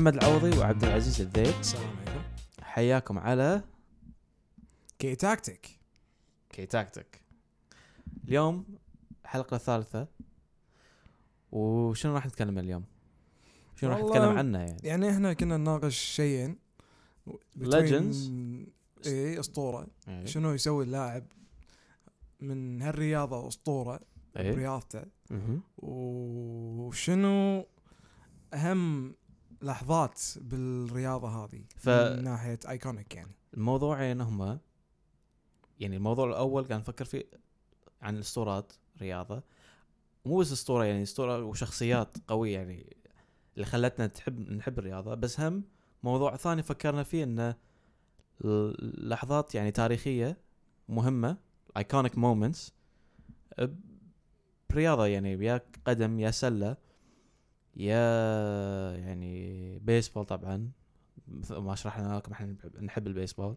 محمد العوضي وعبد العزيز الذيب. السلام عليكم. حياكم على كي تاكتيك. اليوم حلقة ثالثة. وشنو راح نتكلم اليوم؟ شنو راح نتكلم عنه يعني احنا كنا نناقش شيئين Legends. ايه اسطورة. شنو يسوي اللاعب من هالرياضة اسطورة برياضته، وشنو اهم لحظات بالرياضة هذه من ناحية ايكونيك. يعني الموضوعين هما، يعني الموضوع الاول كان نفكر فيه عن الاسطورات رياضة، مو بس اسطورة يعني اسطورة وشخصيات قوية يعني اللي خلتنا نحب الرياضة، بس هم موضوع ثاني فكرنا فيه انه لحظات يعني تاريخية مهمة iconic moments برياضة، يعني يا قدم يا سلة يا يعني بيسبول. طبعا ما شرحنا لكم احنا نحب البيسبول.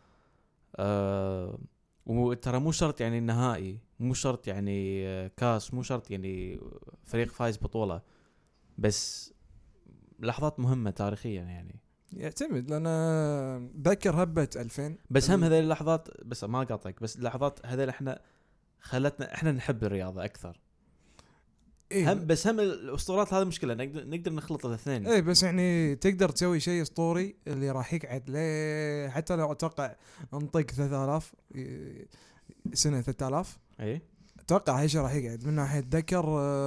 وترى مو شرط يعني النهائي، مو شرط يعني كاس، مو شرط يعني فريق فايز بطولة، بس لحظات مهمة تاريخيا يعني يعتمد. لأنا ذكر هبة 2000 بس هم هذه اللحظات، بس ما قاطعك، بس اللحظات هذه احنا خلتنا احنا نحب الرياضة أكثر. إيه بس هم الأسطورات هذا مشكلة، نقدر نخلط الاثنين. إيه بس يعني تقدر تسوي شيء أسطوري اللي راح يقعد ليه، حتى لو أتوقع انطق 3000 سنة 3000. إيه أتوقع هالشيء راح يقعد من ناحية. ذكر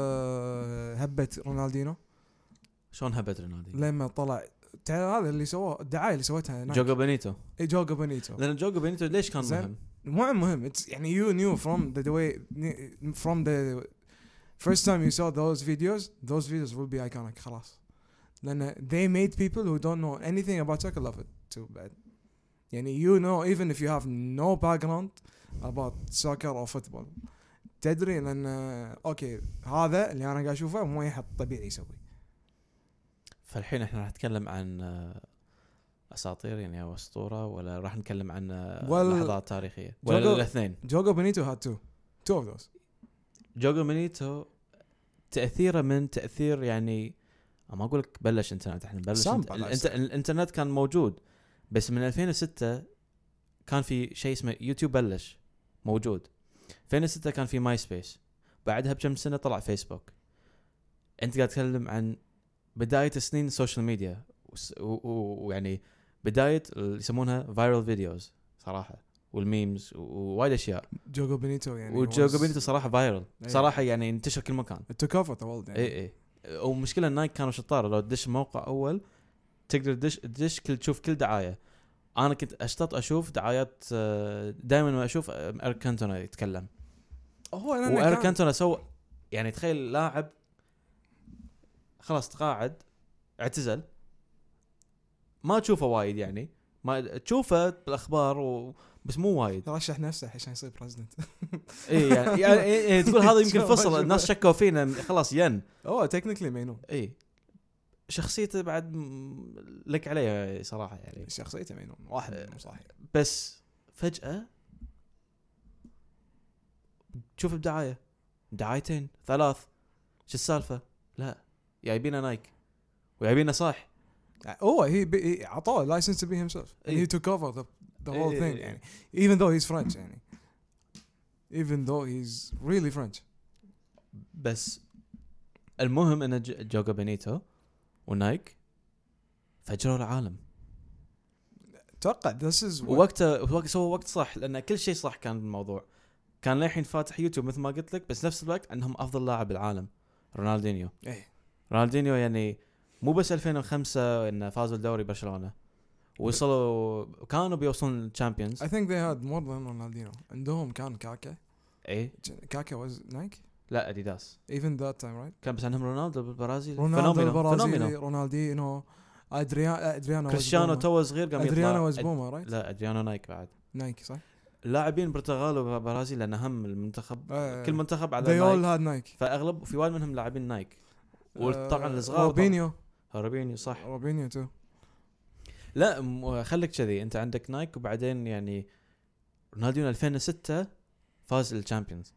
هبة رونالدينو. شلون هبت رونالدينو لما طلع هذا اللي سواه الدعاية اللي سوتها جوجو بينيتو. إيه جوجو بينيتو. لأن جوجو بينيتو ليش كان مهم يعني you knew from the way from the first time you saw those videos will be iconic خلاص. لأن they made people who don't know anything about soccer love it too bad. يعني you know even if you have no background about soccer or football تدري لأن أوكي هذا اللي أنا قاعد أشوفه مو يحط طبيعي يسوي. فالحين احنا راح نتكلم عن أساطير يعني أو أسطورة، ولا راح نتكلم عن لحظات تاريخية، ولا الاثنين؟ جوجو بينيتو had two of those. جوجو بينيتو تأثيره من تأثير يعني ما أقول لك بلش إنترنت، إحنا بلش الإنترنت كان موجود، بس من 2006 كان في شيء اسمه يوتيوب بلش موجود. 2006 كان في ماي سبيس، بعدها بكم سنة طلع فيسبوك. أنت قاعد تتكلم عن بداية سنين السوشيال ميديا، ويعني بداية اللي يسمونها فايرال فيديوز صراحة، والميمز ووايد أشياء. جوجو بينيتو يعني وجوجو بينيتو صراحة فايرال صراحة، يعني انتشر كل مكان. to cover the world يعني. إيه ومشكلة النايك كانوا شطار، لو تدش موقع أول تقدر تدش تشوف كل دعاية. أنا كنت أشوف دعايات دائما ما أشوف إيريك كانتونا يتكلم. وإيريك كانتونا سوى يعني تخيل لاعب خلاص تقاعد اعتزل، ما تشوفه وايد يعني، ما تشوفه بالاخبار بس مو وايد. رشح نفسه عشان يصير بريزيدنت. اي يعني تقول هذا يمكن فصل الناس شكوا فينا خلاص ين تكنيكلي مينو. اي شخصيته بعد لك عليها صراحه، يعني شخصيته مينو واحد مو صحيح. بس فجأة تشوف بدعاية دعايتين ثلاث، شو السالفة؟ لا جايبينه نايك وجايبينه صح. he عطاه license to be himself and he took over the whole thing يعني. even though he's French يعني, even though he's really French. بس المهم ان جوجو بينيتو ونايك فجروا العالم. اتوقع this is وقت سووا وقت صح، لان كل شيء صح كان بالموضوع. كان للحين فاتح يوتيوب مثل ما قلت لك، بس نفس الوقت عندهم افضل لاعب بالعالم رونالدينيو. رونالدينيو يعني مو بس 2005 انه فازوا الدوري برشلونة وصلوا كانوا بيوصلون الشامبيونز. I think they had more than Ronaldinho. عندهم كان كاكا. كاكا was Nike. لا اديداس. even that time right. كان بس عندهم رونالدو بالبرازيل. رونالدينو ادريانو كريستيانو تو صغير قام يطلع. ادريانو وزبوما right. لا ادريانو نايك بعد. نايك صح. اللاعبين برتغال وبرازيل لان هم المنتخب كل منتخب على they all had نايك، فاغلب في وايد منهم لاعبين نايك. وطبعا الصغار روبينيو صح. روبينيو تو. لا خليك كذي، انت عندك نايك وبعدين يعني رونالدينو 2006 فاز الشامبيونز.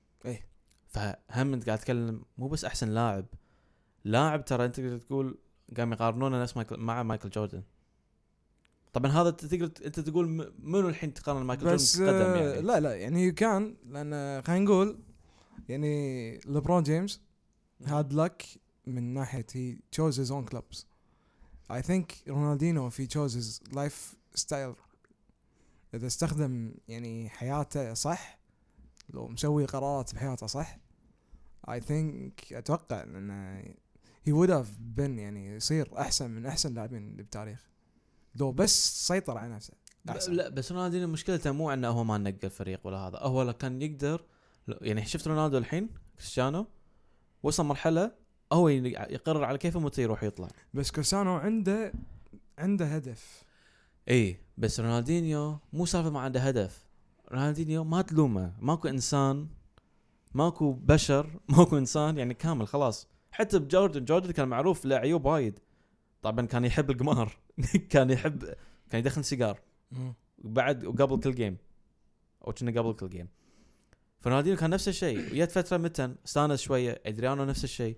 فهم انت قاعد تتكلم مو بس احسن لاعب ترى انت تقدر تقول قام يقارنونه نفس مع مايكل جوردن. طبعا هذا تقدر انت تقول منو الحين تقارن مايكل جوردن بس قدم يعني. لا يعني كان لان خلينا نقول يعني ليبرون جيمس هاد لك من ناحيه he chose his own clubs. I think رونالدينو في chose his life style. اذا استخدم يعني حياته صح، لو مسوي قرارات بحياته صح، I think اتوقع انه he would have been يعني يصير احسن من احسن اللاعبين اللي بالتاريخ لو بس سيطر على نفسه. لا بس رونالدينو مشكلته مو انه هو ما نقل الفريق ولا هذا، هو كان يقدر يعني شفت رونالدو الحين كريستيانو وصل مرحله هو يقرر على كيفه متى يروح يطلع. بس كريستيانو عنده هدف. اي بس رونالدينيو مو سالفه ما عنده هدف. رونالدينيو ما تلومه، ماكو انسان، ماكو بشر، ماكو انسان يعني كامل خلاص. حتى جوردن كان معروف له عيوب وايد. طبعا كان يحب القمار كان يدخن سيجار بعد وقبل كل جيم او كنا قبل كل جيم. فرونالدينيو كان نفس الشيء، ويت فتره متن استانس شويه. ادريانو نفس الشيء.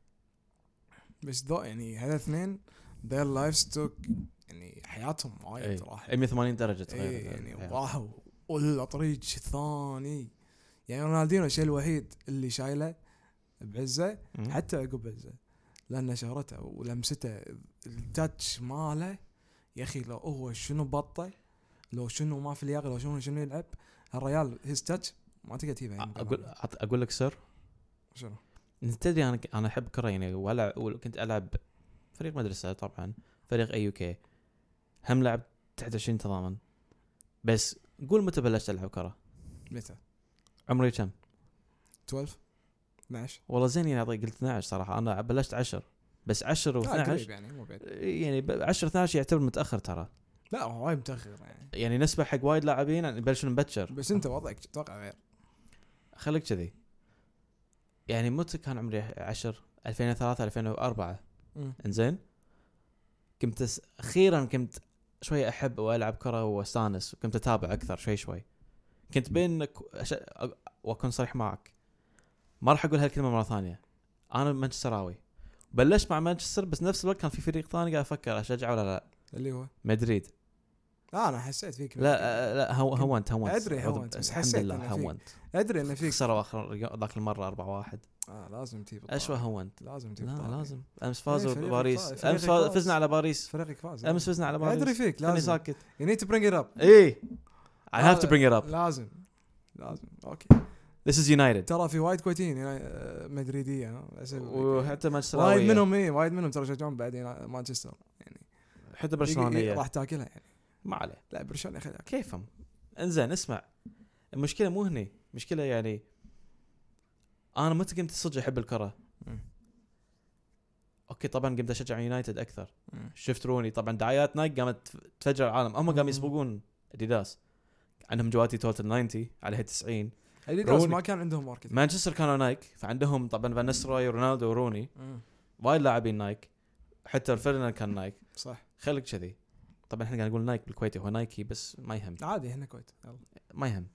بس ذو يعني هذا اثنين their lives took يعني حياتهم وايد راح 180 درجه تغير يعني راحوا ولا طريق ثاني. يعني رونالدينو الشيء الوحيد اللي شايله بعزه حتى عقب عزه لأن شهرته ولمسته التاتش ماله يا أخي. لو هو شنو بطه، لو شنو ما في لياقة، لو شنو يلعب الريال هيز تاتش ما تقدر تجيبه. أقول لك سر شنو؟ أنت تدري أنا أحب كرة يعني، ولا كنت ألعب فريق مدرسة طبعا، فريق أيوكي هم لعب تحت 20 تضامن. بس قول متى بلشت ألعب كرة؟ متى؟ عمري كم؟ 12 12 والله زين يعني قلت 12 صراحة. أنا بلشت 10 بس 10 و12 يعني مو بعيد يعني 10 12 يعتبر متأخر ترى. لا هو وايد متأخر يعني نسبة حق وايد لاعبين يبلشون مبكر. بس أنت وضعك تتوقع غير. خليك كذي يعني متى كان عمري 10 2003 2004 انزين كنت أخيرا كنت شوي أحب وألعب كرة واستانس وكنت أتابع أكثر شوي. كنت بين وأكون صريح معك ما راح أقول هالكلمة مرة ثانية، أنا مانشستراوي بلشت مع مانشستر بس نفس الوقت كان في فريق ثاني قاعد أفكر أشجعه ولا لا، اللي هو مدريد. أنا حسيت فيك لا هونت أدري هونت بس حسيت لله هونت. أدري إن فيك خسروا آخر ذاك المرة 4-1. لازم تجيب أشوى هونت لازم تجيب لا لازم. أمس فازوا باريس، أمس فزنا فزنا على باريس، فريقك فاز أمس فزنا على باريس. أدري فيك لازم ساكت. you need to bring it up. إيه I have to bring it up. لازم أوكي. This is United. ترى في وايد كويتين مدريدية وحتى مانشستر وايد منهم ترى يشجعون بعدين مانشستر يعني حتى برشلونة راح تاكلها يعني ما عليه. لا برشلونة خليها كيفهم. انزين اسمع، المشكلة مو هني، مشكلة يعني أنا متى قمت صدق أحب الكرة. أوكي طبعا قمت أشجع يونايتد أكثر. شفت روني طبعا دعايات نايك قامت تفجر العالم. هم قاموا يسبقون أديداس، عندهم جواتي توتال 90 عليها 90. أديداس ما كان عندهم ماركت. مانشستر كانوا نايك فعندهم طبعا فان نيستلروي ورونالدو وروني وايد لاعبين نايك، حتى فيرناند كان نايك صح. خليك كذي. طبعا احنا قاعد نقول نايك بالكويتي هو نايكي بس ما يهم عادي احنا كويت ما يهم.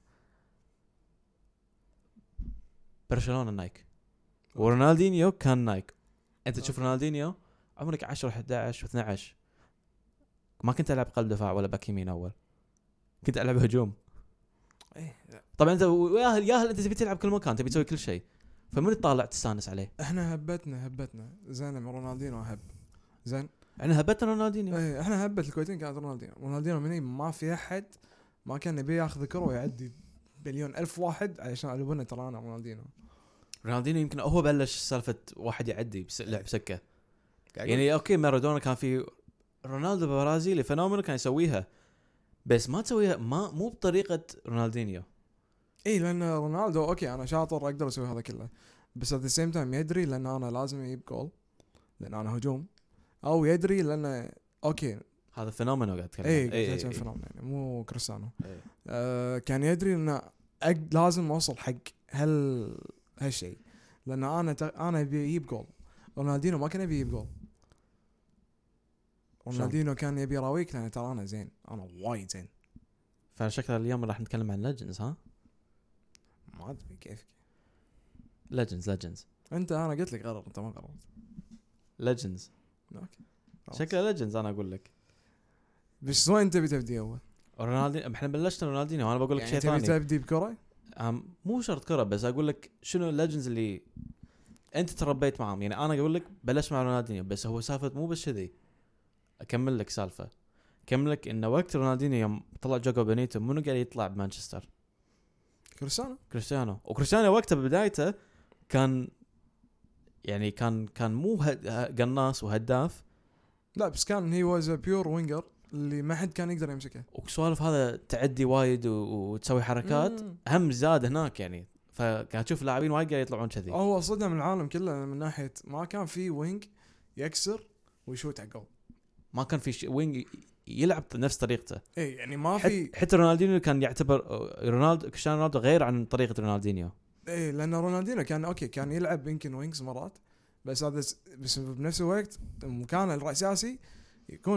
برشلونة نايك ورونالدينيو كان نايك. انت تشوف رونالدينيو عمرك 10 11 و12 ما كنت العب قلب دفاع ولا باك يمين اول، كنت العب هجوم. طبعا انت ياهل انت تبي تلعب كل مكان، تبي تسوي كل شيء، فمن تطالع تستانس عليه. احنا هبتنا زين رونالدينو هب زين احنا هبتنا رونالدينيو. ايه احنا هبت الكويتين كانت رونالدينو مني ما في احد ما كان يبي ياخذ كرة ويعدي بليون ألف واحد علشان قلبنا. ترى انا رونالدينو يمكن هو بلش سالفة واحد يعدي لعب سكة يعني. اوكي مارادونا كان في، رونالدو برازيلي فنومينو كان يسويها بس ما تسويها مو بطريقة رونالدينيو. ايه لان رونالدو اوكي انا شاطر اقدر اسوي هذا كله بس at the same time يدري لان انا لازم اجيب جول لان انا هجوم، او يدري لان اوكي هذا فينومينو قاعد اتكلم. ايه فينومينو يعني مو كريستيانو. كان يدري ان لازم اوصل حق هالشيء لان انا ابي اجيب جول. رونالدينو ما كان يبي يجيب جول. رونالدينو كان يبي يراويك لان ترى انا زين، انا وايد زين. فشكل اليوم راح نتكلم عن ليجندز. ها ما ادري كيفك ليجندز انت انا قلت لك غلط انت ما غلط. ليجندز اوكي شكله ليجندز انا اقول لك. بس وين تبي تبدي اول؟ رونالدينيو احنا بلشنا رونالدينيو وانا بقول لك يعني شيء ثاني. تبي تبدي بكره؟ مو شرط كره بس اقول لك شنو الليجندز اللي انت تربيت معهم. يعني انا اقول لك بلش مع رونالدينيو بس هو سالفه مو بس كذي. اكمل لك سالفه اكمل لك انه وقت رونالدينيو يوم طلع جوجو بنيتو منو قاعد يطلع بمانشستر؟ كريستيانو. وكريستيانو وقته ببدايته كان يعني كان مو قناص وهداف. لا بس كان هي واز بيور وينجر اللي ما حد كان يقدر يمسكه. وسوالف هذا تعدي وايد وتسوي حركات هم زاد هناك يعني. فكان تشوف لاعبين وايد قاعد يطلعون كذي. هو صدم العالم كله من ناحيه ما كان في وينج يكسر ويشوت على الجول. ما كان في وينج يلعب نفس طريقته. اي يعني ما في حتى رونالدينيو كان يعتبر كريستيانو رونالدو غير عن طريقه رونالدينيو. اي لان رونالدينيو كان اوكي كان يلعب يمكن وينجز مرات بس هذا بس بنفس الوقت مكانه الاساسي يكون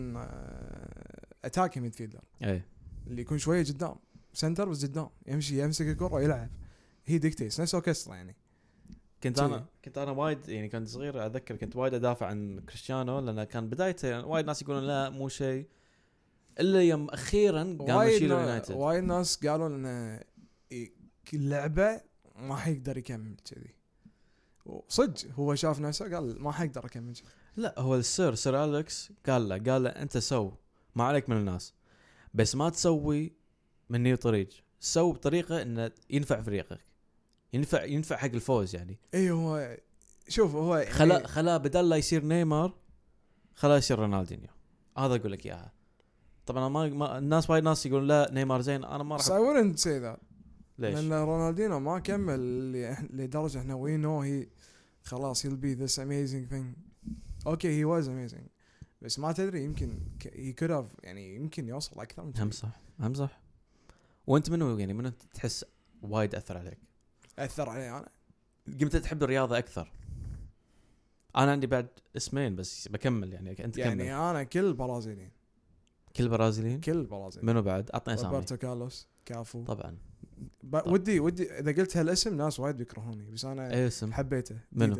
اتاكي ميدفيلدر. اي اللي يكون شويه قدام سنتر بس قدام يمشي يمسك الكره ويلعب. هي ديكتيس نفس اوكسترا يعني. كنت انا وايد يعني كنت صغير اذكر كنت وايد ادافع عن كريستيانو لانه كان بدايته يعني وايد ناس يقولون لا مو شيء الا يوم اخيرا قام يشيل يونايتد. وايد ناس قالوا انه اللعبه ما حيقدر يكمل كذي. صدق هو شاف نفسه قال ما حيقدر اكمل كذي. لا هو سير أليكس قال له انت سو ما عليك من الناس بس ما تسوي من نيو طريق. سو بطريقه انه ينفع فريقك ينفع حق الفوز يعني. اي هو شوف هو يعني خلا بدل لا يصير نيمار خلا يصير رونالدينيو. هذا اقول لك اياها. طبعا ما الناس وايد ناس يقولون لا نيمار زين انا ما راح I wouldn't say that. ليش؟ لان رونالدينيو ما كمل لدرجه احنا we know he خلاص he'll be this amazing thing. okay he was amazing بس ما تدري يمكن he could have يعني يمكن يوصل اكثر من كذا. هم صح. وانت منو تحس وايد اثر عليك؟ اثر علي انا قمت تحب الرياضه اكثر. انا عندي بعد اسمين بس بكمل يعني انت يعني كمل. انا كل برازيليين كل برازيليين منو بعد عطني اسامي؟ روبرتو كارلوس كافو طبعا. ودي اذا قلت هالاسم ناس وايد بيكرهوني بس انا حبيته. منو؟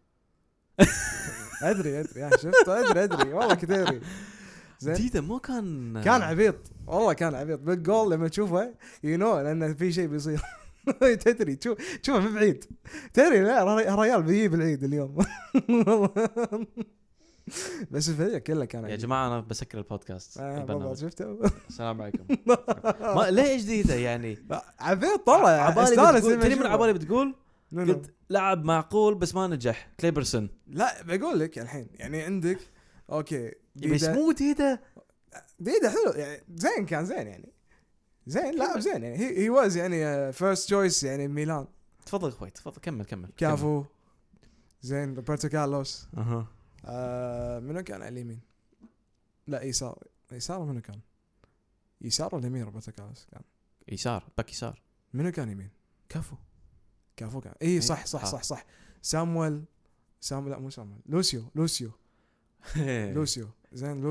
ادري يعني شفت ادري والله كثير زين. ديدا مو كان عبيط والله كان عبيط بالجول لما تشوفه لان في شيء بيصير تدري تشوفه من بعيد تدري لا الريال بيجيب العيد اليوم. بس الفريق كله كان يا جماعه انا بسكر البودكاست. شفته السلام عليكم. ما ليش جديده يعني عبيط طلع عبالي من عبالي بتقول قلت لاعب معقول بس ما نجح كليبرسون. لا بقول لك الحين يعني عندك اوكي بس مو ديدا حلو يعني زين كان زين يعني زين لاعب زين يعني هي واز يعني فيرست تشويس يعني ميلان. تفضل اخوي تفضل كمل. كافو زين روبرتو كارلوس. منو كان على اليمين؟ لا يسار منو كان؟ يسار ولا يمين؟ روبرتو كارلوس كان يسار باك يسار. منو كان يمين؟ كافو كان اي صح سامويل لا مو سامويل لوسيو زين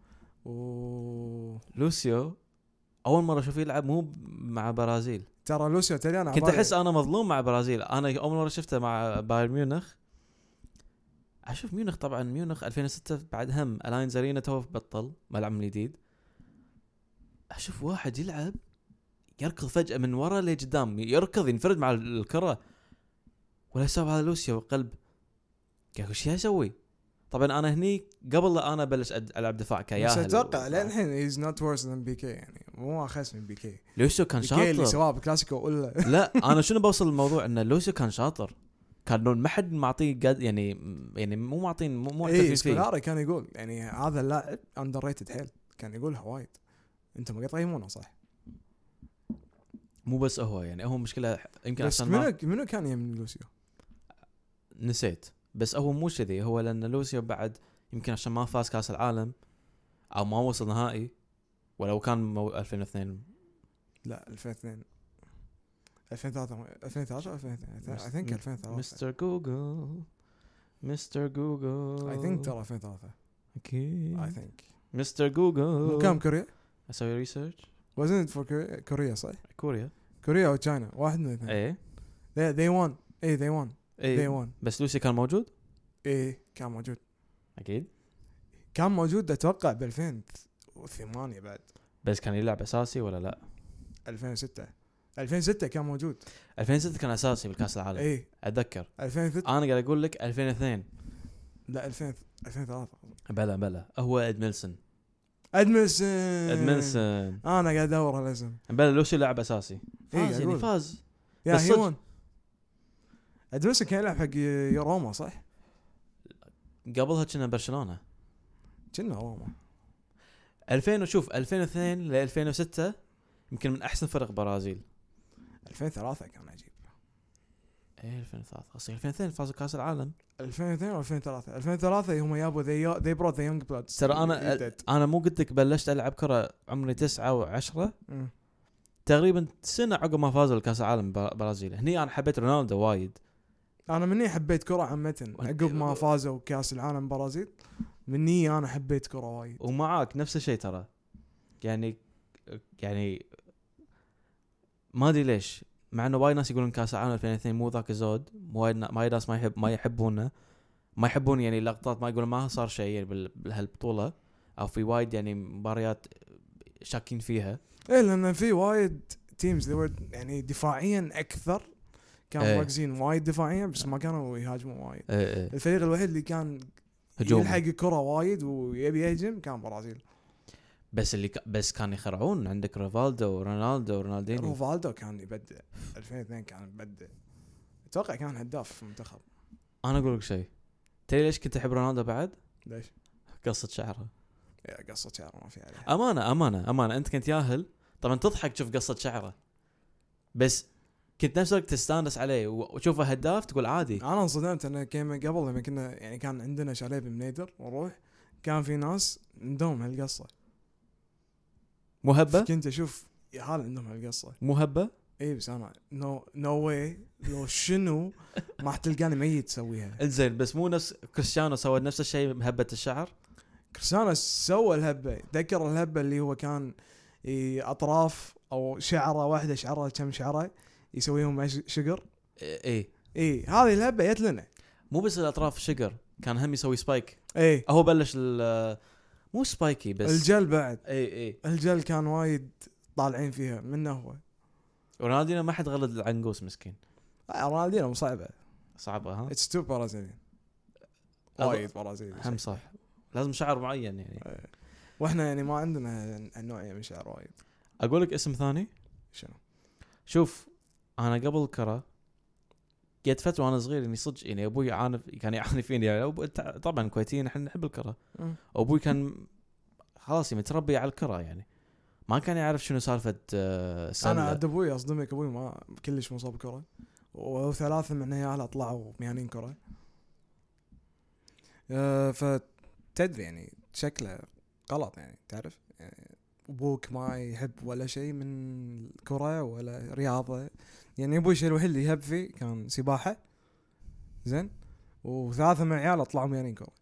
لوسيو اول مره اشوفه يلعب مو مع برازيل. ترى لوسيو انا كنت احس انا مظلوم مع برازيل. انا اول مره شفته مع بايرن ميونخ. اشوف ميونخ طبعا ميونخ 2006 بعد هم الاين زارينا تو بطل ملعب جديد. اشوف واحد يلعب يركض فجأة من ورا لقدام يركض ينفرد مع الكرة ولا يسوي هذا لوسيو قلب. قال وش يسوي؟ طبعا انا هني قبل لا انا بلش العب دفاع كياهل. بس اتوقع للحين he's not worse than BK يعني مو اخس من BK. لوسيو كان شاطر. اللي سواه بكلاسيكو ولا لا انا شنو بوصل الموضوع ان لوسيو كان شاطر. كان ما حد معطيه يعني مو معطين مو اعترفين فيه. سكولاري كان يقول يعني هذا اللاعب underrated حيل. كان يقولها وايد. انتم ما تقيمونه صح. مو بس هو يعني هو مشكلة يمكن بس منو كان يمين لوسيو؟ نسيت بس هو مو كذي. هو لأن لوسيو بعد يمكن عشان ما فاز كاس العالم أو ما وصل نهائي ولو كان 2002 لا 2002 2003 I think 2003 مستر جوجل I think ترى 2003 أكيد I think مستر جوجل. مكان كوريا أسوي ريسيرش wasn't for كوريا صح؟ كوريا أو تشاينا واحد من الاثنين. إيه they won they won بس لوسي كان موجود؟ إيه كان موجود. اكيد كان موجود اتوقع ب 2008 بعد. بس كان يلعب اساسي ولا لا؟ 2006 كان موجود. 2006 كان اساسي بالكاس العالم. اي اتذكر 2006. انا قاعد اقول لك 2002. لا 2003. بلا هو ادميلسون. ادميلسون انا قاعد ادور على الاسم. بلا لوسي لعب اساسي فاز يعني فاز يا هيون. ادميلسون كان يلعب حق روما صح؟ قبلها كنا برشلونة كنا روما. 2000 وشوف 2002 ل 2006 يمكن من احسن فرق برازيل. 2003 كان عجيب. ايه 2003 قصدي 2002 فازوا كاس العالم. 2002 و 2003 هم يابوا they brought the young bloods. ترى انا مو قلت لك بلشت العب كره عمري 9 و10 تقريبا سنه عقب ما فازوا الكاس العالم برازيل. هني انا حبيت رونالدو وايد. انا مني حبيت كره عامه عقب ما فازوا كاس العالم برازيل. مني انا حبيت كره وايد. ومعاك نفس الشيء ترى يعني ما ادري ليش مع انه وايد ناس يقولون كاس العالم 2002 مو ذاك الزود. وايد ناس ما يحبون يعني لقطات ما يقولون ما صار شيء يعني بهالبطوله او في وايد يعني مباريات شاكين فيها. ايه لان في وايد تيمز يعني دفاعيا اكثر كانوا مركزين وايد دفاعيا بس ما كانوا يهاجموا وايد. الفريق الوحيد اللي كان يلحق الكره وايد ويبي يهاجم كان برازيل. بس كان يخرعون. عندك ريفالدو ورونالدو ورونالدينيو. ريفالدو كان يبدع 2002 كان يبدع. اتوقع كان هداف في المنتخب. انا اقول لك شيء تدري ليش كنت احب رونالدو بعد؟ ليش؟ قصة شعره. يا قصة شعره ما في عليها. امانه انت كنت ياهل طبعا تضحك تشوف قصة شعره بس كنت نفس الوقت تستانس عليه وتشوفه هداف تقول عادي. انا انصدمت انا قبل لما كنا يعني كان عندنا شاليه بمنيدر ونروح كان في ناس عندهم هالقصة مهبة. كنت اشوف يا حال عندهم هالقصة مهبة. ايه بس انا نو واي لو شنو ما تلقاني ميت تسويها. انزين بس مو نفس كريستيانو سوى نفس الشيء بهبة الشعر. كريستيانو سوى الهبة. ذكر الهبة اللي هو كان اطراف او شعره واحدة شعره كم شعره يسويهم شجر. ايه هذه الهبة جت لنا. مو بس الاطراف شجر كان هم يسوي سبايك. ايه هو بلش مو سبايكي بس الجل بعد. ايه الجل كان وايد طالعين فيها منه هو. رونالدينو ما حد غلط العنقوس مسكين. رونالدينو صعبة ها. اتس تو برازيليان وايد برازيلي هم صح لازم شعر معين يعني. واحنا يعني ما عندنا النوعية من شعر وايد. اقول لك اسم ثاني. شنو؟ شوف انا قبل كرة جت فترة وانا صغير اني صدق يعني ابوي كان يعاني فيني يعني طبعا كويتيين احنا نحب الكرة. ابوي كان خلاص متربي على الكرة يعني ما كان يعرف شنو سالفة سلة. انا عند ابوي اصدمك ابوي ما كلش مصاب كرة وثلاثة من عياله طلعوا مهانين كرة. فتدري يعني شكله غلط يعني تعرف يعني ابوك ما يحب ولا شيء من الكرة ولا رياضة يعني ابوي الشيء الوحيد اللي يحب فيه كان سباحة زين وثلاثة من عياله طلعوا مهانين كرة.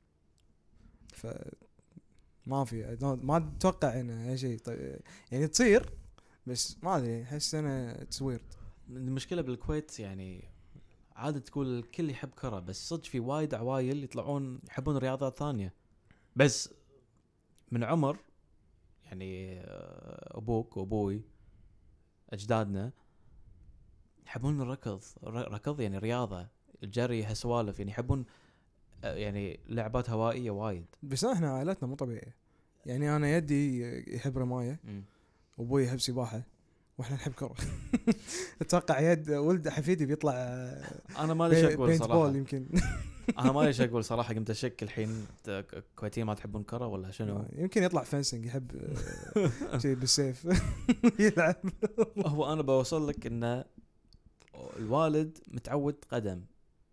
ما في ما اتوقع انه شيء يعني تصير بس ما ادري احس انا تصوير. المشكله بالكويت يعني عاده تقول الكل يحب كره بس صدق في وايد عوايل يطلعون يحبون رياضات ثانيه بس من عمر يعني ابوك وابوي اجدادنا يحبون الركض يعني رياضه الجري هالسوالف يعني يحبون يعني لعبات هوائيه وايد. بس احنا عائلتنا مو طبيعيه يعني انا يدي يحب رمايه وابوي يحب سباحه واحنا نحب كره. اتوقع يد ولد حفيدي بيطلع. انا ما ليش اقول صراحه يمكن. انا ما ليش اقول صراحه قمت اشك الحين كويتيين ما تحبون كره ولا شنو. يمكن يطلع فنسنج يحب شيء بالسيف يلعب. هو انا بوصل لك انه الوالد متعود قدم.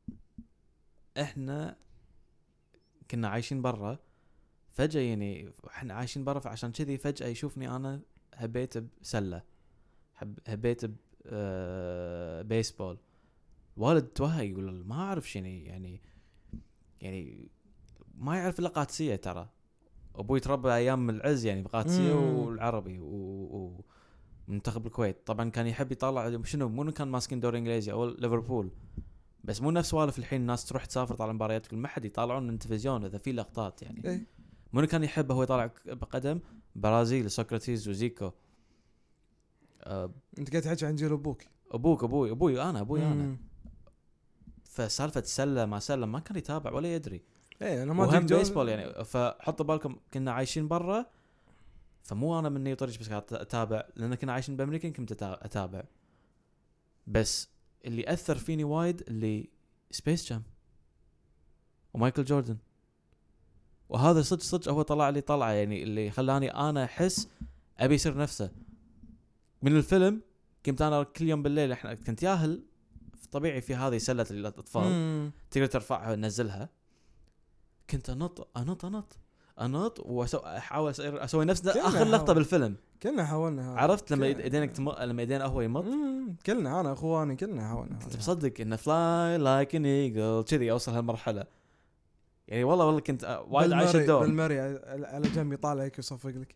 احنا كنا عايشين برا فجأة يعني احنا عايشين برا فعشان كذي فجأة يشوفني انا هبيت بسلة هبيت بيسبول. والد توهق يقول ما اعرف شنو يعني ما يعرف الا قادسية. ترى ابوي تربى ايام العز يعني بقادسية والعربي ومنتخب الكويت طبعا كان يحب يطلع شنو مو كان ماسكين دوري انجليزي او ليفربول بس مو نفس سوالف الحين الناس تروح تسافر طالع مباريات كل ما حد يطالعون من التلفزيون اذا في لقطات يعني. إيه. منو كان يحب هو يطالع بقدم برازيل سوكراتيز وزيكو. انت قاعد تحكي عن جيل ابوي انا فسالفه سله ما سله ما كان يتابع ولا يدري. ايه انا ما وهم بيسبول يعني. فحطوا بالكم كنا عايشين برا فمو انا مني طريق بس قاعد اتابع لان كنا عايشين بامريكا كنت اتابع. بس اللي اثر فيني وايد اللي سبيس جام ومايكل جوردن. وهذا صدق هو طلع لي طلعه يعني اللي خلاني انا احس ابي يصير نفسه. من الفيلم كنت انا كل يوم بالليل احنا كنت ياهل طبيعي في هذه سله الاطفال تقدر ترفعها وتنزلها. كنت انط واحاول اسوي نفس اخر لقطه بالفيلم. كلنا حاولنا. عرفت لما ايدينك لما ايدين هو يمط. كلنا انا اخواني كلنا حاولنا. كنت مصدق انه فلاي لايك ان ايجل كذي اوصل هالمرحله يعني. والله كنت وايد عايش الدور. بالمري على جنب يطالع هيك ويصفق لك.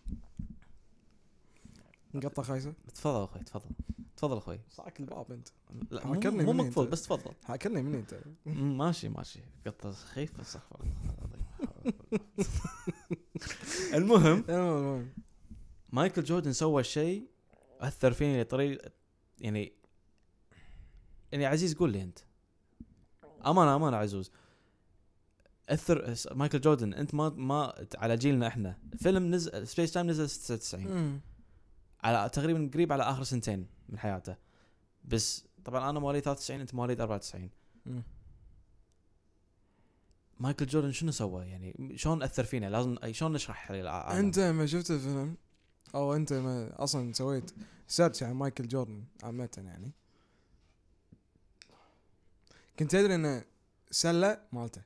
نقطع خايسه. تفضل اخوي تفضل اخوي. صاك الباب انت. مو مقفول بس تفضل. حاكرني من انت. ماشي قطه خفيفه صح. المهم مايكل جوردن سوى شيء اثر فيني لطريقه يعني عزيز قول لي انت امانه عزوز اثر مايكل جوردن. انت ما على جيلنا احنا فيلم نزل سبيس تايم نزل 96 على تقريبا قريب على اخر سنتين من حياته. بس طبعا انا مواليد 93 انت مواليد 94. مايكل جوردن شنو سوى يعني شلون اثر فينا لازم شلون نشرح للعالم. انت ما شفت الفيلم او انت ما اصلا سويت سيرش عن مايكل جوردن عامه يعني كنت تدري انه سله مالته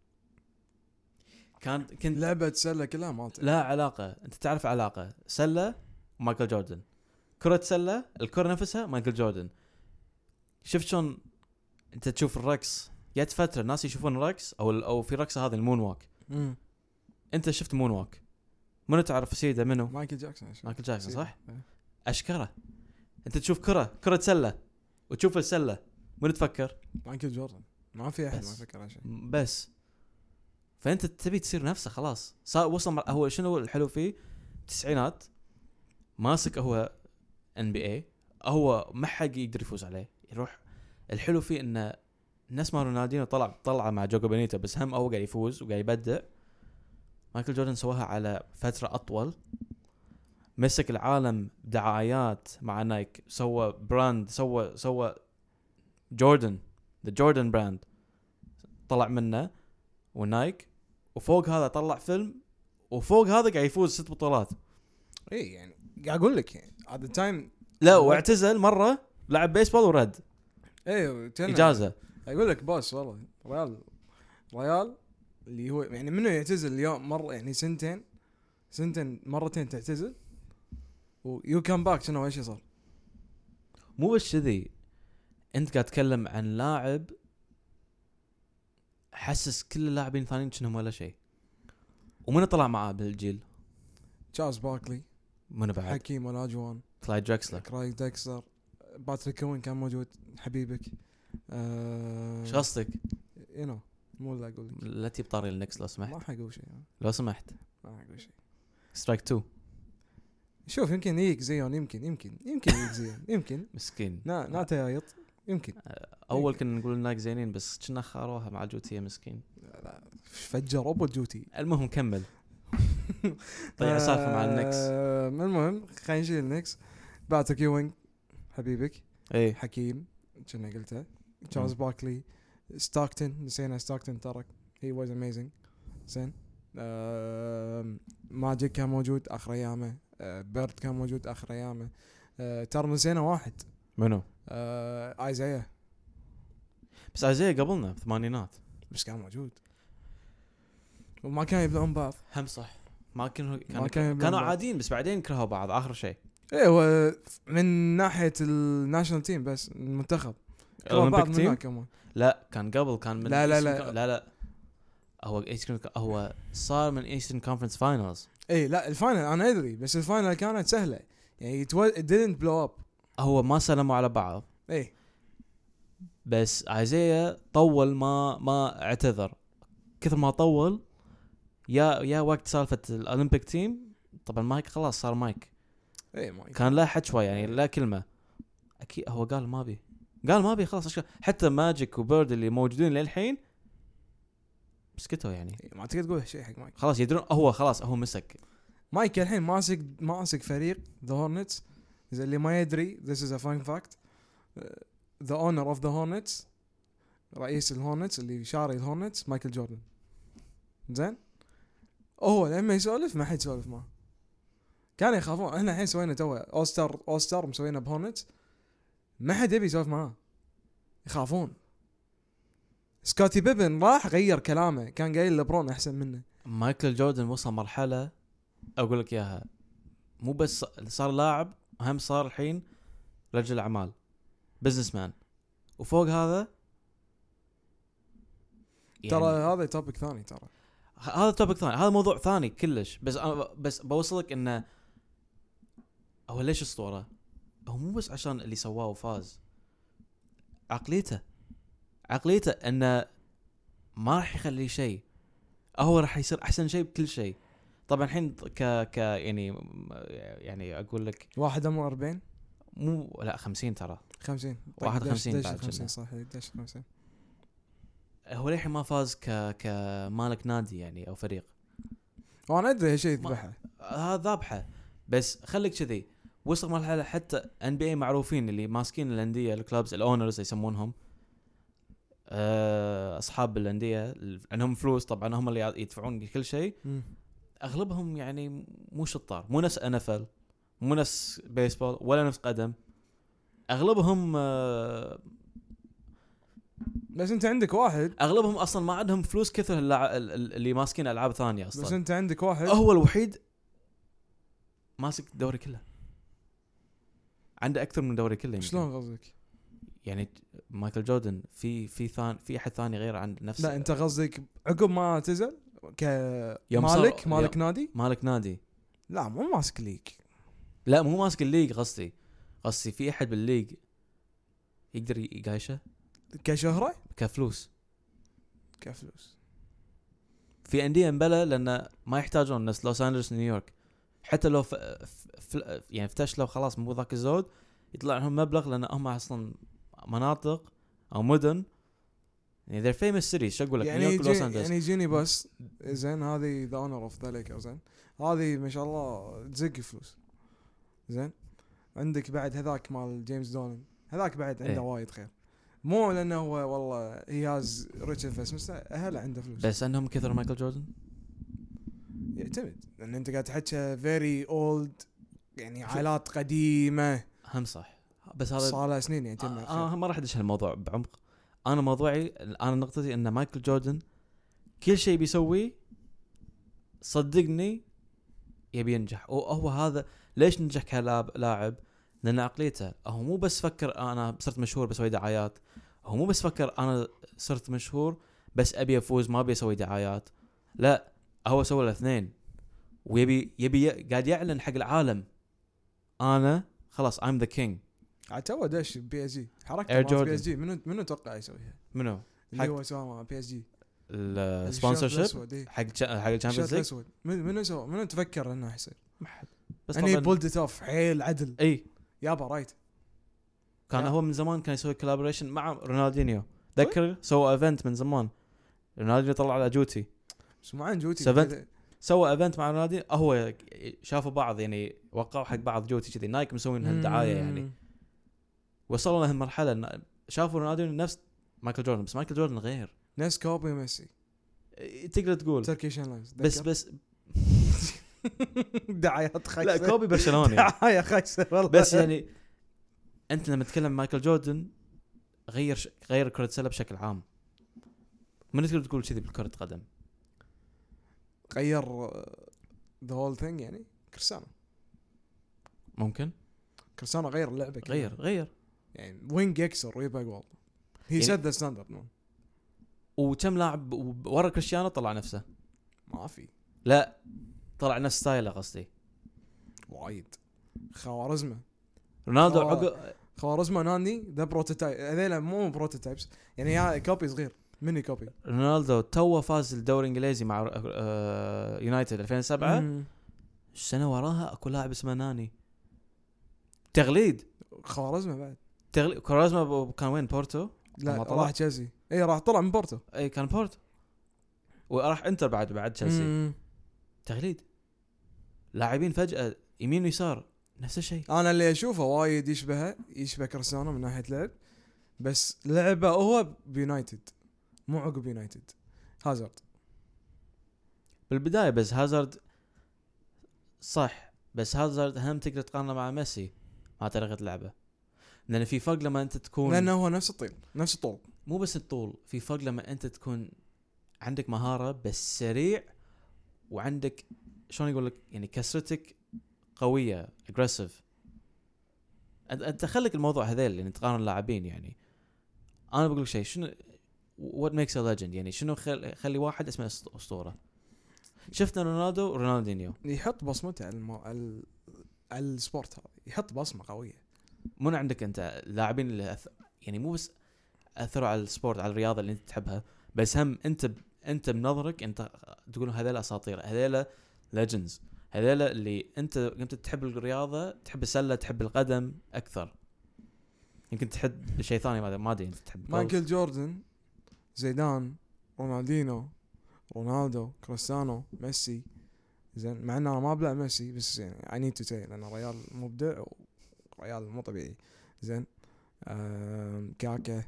كنت لعبه سله كلها مالته لا علاقه. انت تعرف علاقه سله ومايكل جوردن. كره سله الكره نفسها مايكل جوردن. شفت شلون انت تشوف الرقص جت فتره الناس يشوفون رقص او في رقصه هذه المون واك. انت شفت مون واك منو تعرف سيده منو؟ مايكل جاكسون صح. اشكره انت تشوف كره سله وتشوف السله منو تفكر؟ مايكل جوردن. ما في احد ما فكر شيء بس. فانت تبي تصير نفسه خلاص صار وصل هو شنو الحلو فيه التسعينات ماسك هو NBA هو ما حد يقدر يفوز عليه يروح. الحلو فيه انه الناس ما رونالدينو طلع مع جوكو بينيتو بس هم هو قاعد يفوز وقاعد يبدع. مايكل جوردن سواها على فترة أطول. مسك العالم دعايات مع نايك سوى براند سوى جوردن the Jordan brand طلع منه ونايك. وفوق هذا طلع فيلم وفوق هذا قاعد يفوز 6 بطولات. ايه يعني قاعد اقول لك يعني at the time لا واعتزل مرة لعب بيسبول ورد. ايه إجازة. اقول لك باص والله ريال اللي هو يعني منه يعتزل اليوم مرة يعني سنتين مرتين تعتزل ويو كام باك شنو ايش صار. مو بس كذي انت قاعد تتكلم عن لاعب حسس كل اللاعبين الثانيين كأنهم ولا شيء. ومن طلع معاه بالجيل؟ تشارلز باركلي من بعد حكيم ولاجوان كلايد دراكسلر باتريك كوين كان موجود حبيبك. شو قصدك؟ مو لا اقول لك لا تجيب طاري النكس لو سمحت. ما حقول شيء لو سمحت ما حقول شيء. سترايك 2 شوف يمكن يجيك زيون يمكن يجيك زيون يمكن مسكين ناته يايط يمكن اول كنا نقول النايك زينين بس كنا خاروها مع الجوتي مسكين. لا فجر ابو الجوتي. المهم كمل. طيب سالفه مع النكس. المهم خلينا نشيل النكس. باتريك كوين حبيبك اي حكيم كنا قلته. تشارلز باركلي ستاكتن نسينا ستاكتن ترك he was amazing زين. ماجيك كان موجود اخر ايامه. بيرد كان موجود اخر ايامه. ترى نسينا واحد منو؟ ايزايا. بس ايزايا قبلنا في الثمانينات بس كان موجود وما كانوا يبلعون بعض. هم صح ما كانوا عاديين بس بعدين كرهوا بعض اخر شيء. ايه من ناحيه الناشونال تيم بس المنتخب الاولمبيك تيم كمان. لا كان قبل كان من لا هو صار من ايسترن كونفرنس فاينلز. ايه لا الفاينل انا ادري بس الفاينل كانت سهله يعني it didn't blow up. هو ما سلموا على بعض ايه بس ايزيا طول ما اعتذر كثر ما طول. يا وقت سالفه الاولمبيك تيم طبعا مايك خلاص صار مايك اي مايك كان لا حد شوي يعني لا كلمه اكيد هو قال ما بي خلاص حتى ماجيك وبيرد اللي موجودين للحين مسكتوا يعني ما تقدر تقول شيء حق مايك. خلاص يدرون هو مسك مايك الحين ماسك فريق ذا هورنتس. اذا اللي ما يدري this is a fun fact the owner of the Hornets رئيس الهورنتس اللي شاري الهورنتس مايكل جوردن. زين هو لما يسولف ما حد يسولف معه كانوا يخافون. احنا الحين سوينا تو اول ستار مسوينا بهورنتس ما حد يبي يسولف معاه يخافون. سكوتي بيبن راح غير كلامه كان قايل لبرون احسن منه. مايكل جوردن وصل مرحله اقول لك اياها مو بس صار لاعب هم صار الحين رجل اعمال بزنس مان وفوق هذا يعني ترى هذا توبيك ثاني. ترى هذا توبيك ثاني هذا موضوع ثاني كلش. بس بوصلك انه هو ليش اسطوره. هو مو بس عشان اللي سواه وفاز عقليته انه ما راح يخلي شيء هو راح يصير احسن شيء بكل شيء. طبعا الحين ك يعني اقول لك واحد عمره 40 مو لا 50 ترى 50 51 بعد 50 صح 50. هو ليه ما فاز كمالك نادي يعني او فريق. وانا ادري هالشيء يذبحه هذا ذابحه. بس خليك كذي وصل مرحله حتى ان بي اي معروفين اللي ماسكين الانديه الكلابز الاونرز يسمونهم اصحاب الانديه عندهم فلوس طبعا هم اللي يدفعون كل شيء. اغلبهم يعني مو شطار مو نفس NFL مو نفس بيسبول ولا نفس قدم. اغلبهم بس انت عندك واحد اغلبهم اصلا ما عندهم فلوس كثر اللي ماسكين العاب ثانيه اصلا. بس انت عندك واحد هو الوحيد ماسك الدوري كله عنده اكثر من دوري كله. شلون قصدك يعني مايكل جوردن في احد ثاني غير عن نفسه. لا انت قصدك عقب ما اعتزل مالك نادي لا مو ماسك ليج. لا مو ماسك الليج قصدي في احد بالليج يقدر يقايشه كشهرة كفلوس في انديه مبلى لان ما يحتاجون ناس لوس انجلوس نيويورك حتى لو يعني افتشلوا خلاص مو ذاك الزود يطلع لهم مبلغ لان هم اصلا مناطق او مدن يعني they're famous cities. شو اقول لك نيويورك ولوس انجلوس يعني يجيني بس زين هذه the owner of the Lakers زين هذه ما شاء الله تزق فلوس زين. عندك بعد هذاك مال جيمس دونن هذاك بعد عنده وايد خير مو لانه هو والله he has rich investments اهل عنده فلوس بس انهم كثر مايكل جوردن يعتمد لان انت قاعد تحكي very old يعني عائلات قديمه هم صح. بس هذا صار له سنين يعني ما راح ادش هالموضوع بعمق. انا موضوعي انا نقطتي ان مايكل جوردن كل شيء بيسويه صدقني يبي ينجح. هو هذا ليش نجح كلاعب لان عقليته هو مو بس فكر انا صرت مشهور بسوي دعايات. هو مو بس فكر انا صرت مشهور بس ابي افوز ما ابي اسوي دعايات. لا هو سوى الاثنين ويبي قاعد يعلن حق العالم انا خلاص I'm the king. عتوا داش بي اس جي حركته بي اس جي منو توقع يسويها منو اللي هو سوى مع بي اس جي السبونسرشيب حق الشامبيونز ليج منو تفكر انه يصير بس اني بولد ات اوف حيل عدل اي يابا رايت كان هو من زمان كان يسوي كولابوريشن مع رونالدينيو ذكر سوى ايفنت من زمان رونالدينيو طلع على جوتي بس مع جوتي سوى ايفنت مع رونالدينيو هو شافوا بعض يعني وقعوا حق بعض جوتي كذي نايك مسوين هالدعايه يعني وصلوا لهالمرحله شافوا رونالدينيو نفس مايكل جوردن بس مايكل جوردن غير ناس كوبي ميسي تقدر تقول تركيش لاينز بس دعايات خايسه. لا كوبي برشلوني دعايه خايسه والله. بس يعني انت لما تتكلم مايكل جوردن غير كرة السلة بشكل عام. من تقدر تقول كذي بالكرة قدم غير the whole thing يعني كريستيانو ممكن كريستيانو غير اللعبة غير يعني وينج يكسر ويبقى جول he set the standard no. وكم لاعب ورا كريستيانو طلع نفسه ما في لا طلع نفس ستايله قصدي وايد خوارزمه رونالدو خوارزما ناني ذا بروتوتايب، هذول مو بروتوتايبس يعني، يا كوبي صغير ميني كوبي. رونالدو تو فاز الدوري الانجليزي مع يونايتد 2007. السنه وراها اكو لاعب اسمه ناني، تغليد. خوارزما بعد كورازما كان وين؟ بورتو؟ لا راح تشيلسي. اي راح طلع من بورتو. اي كان بورتو وراح انتر بعد تشيلسي. تغليد لاعبين فجأة يمين ويسار نفس الشيء. انا اللي اشوفه وايد يشبه كريستيانو من ناحيه لعب، بس لعبه هو بيونايتد مو عقب يونايتد. هازارد بالبدايه، بس هازارد صح، بس هازارد هم تقدر تقارنه مع ميسي مع طريقه لعبه، لان في فرق لما انت تكون، لانه هو نفس الطول نفس الطول، مو بس الطول، في فرق لما انت تكون عندك مهاره بس سريع، وعندك شلون يقول لك يعني كسرتك قويه اجريسيف. انت خليك الموضوع هذيل يعني تقارن اللاعبين. يعني انا بقول لك شيء، شنو what makes a legend؟ يعني شنو خلي واحد اسمه اسطوره. شفنا رونالدينيو يحط بصمته على السبورت هذا، يحط بصمه قويه. من عندك انت لاعبين اللي يعني مو بس اثروا على السبورت، على الرياضه اللي انت تحبها، بس هم انت بنظرك انت تقول هذول اساطير، هذول ليجندز، هذول اللي انت قمت تحب الرياضه، تحب السله، تحب القدم اكثر. يمكن تحب شيء ثاني ما ادري، انت تحب مايكل جوردن، زيدان، رونالدينو، رونالدو، كريستيانو، ميسي. زين مع انه ما ابلع ميسي، بس يعني I need to say لانه ريال مبدع وريال مو طبيعي. زين كاكا،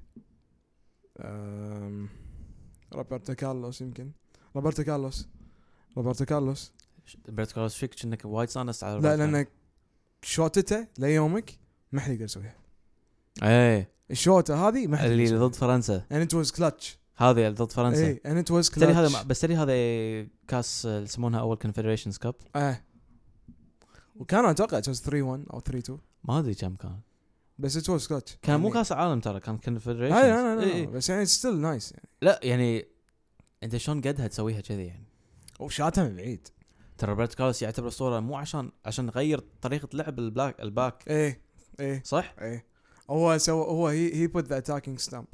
روبرتو كارلوس، يمكن روبرتو كارلوس فيك انك وايد صانس على لا، لانك شوتته ليومك ما حد يقدر يسويها. ايه الشوطه هذه ما حد اللي ضد فرنسا، and it was clutch. هذه ضد فرنسا. ايه and it was clutch. ترى هذا بس ترى هذا كاس يسمونها اول كونفدريشنز كاب. وكان اتوقع it was 3-1 او 3-2 ما ادري كم كان، بس it was clutch. كان مو كاس عالم ترى، كان كونفدريشنز. لا بس يعني still nice يعني. لا يعني انت شلون قدها تسويها كذي يعني، وشاتها من بعيد. ترى روبرتو كارلوس يعتبر اسطوره مو عشان غير طريقه لعب الباك. ايه صح. هو he put the attacking stamp.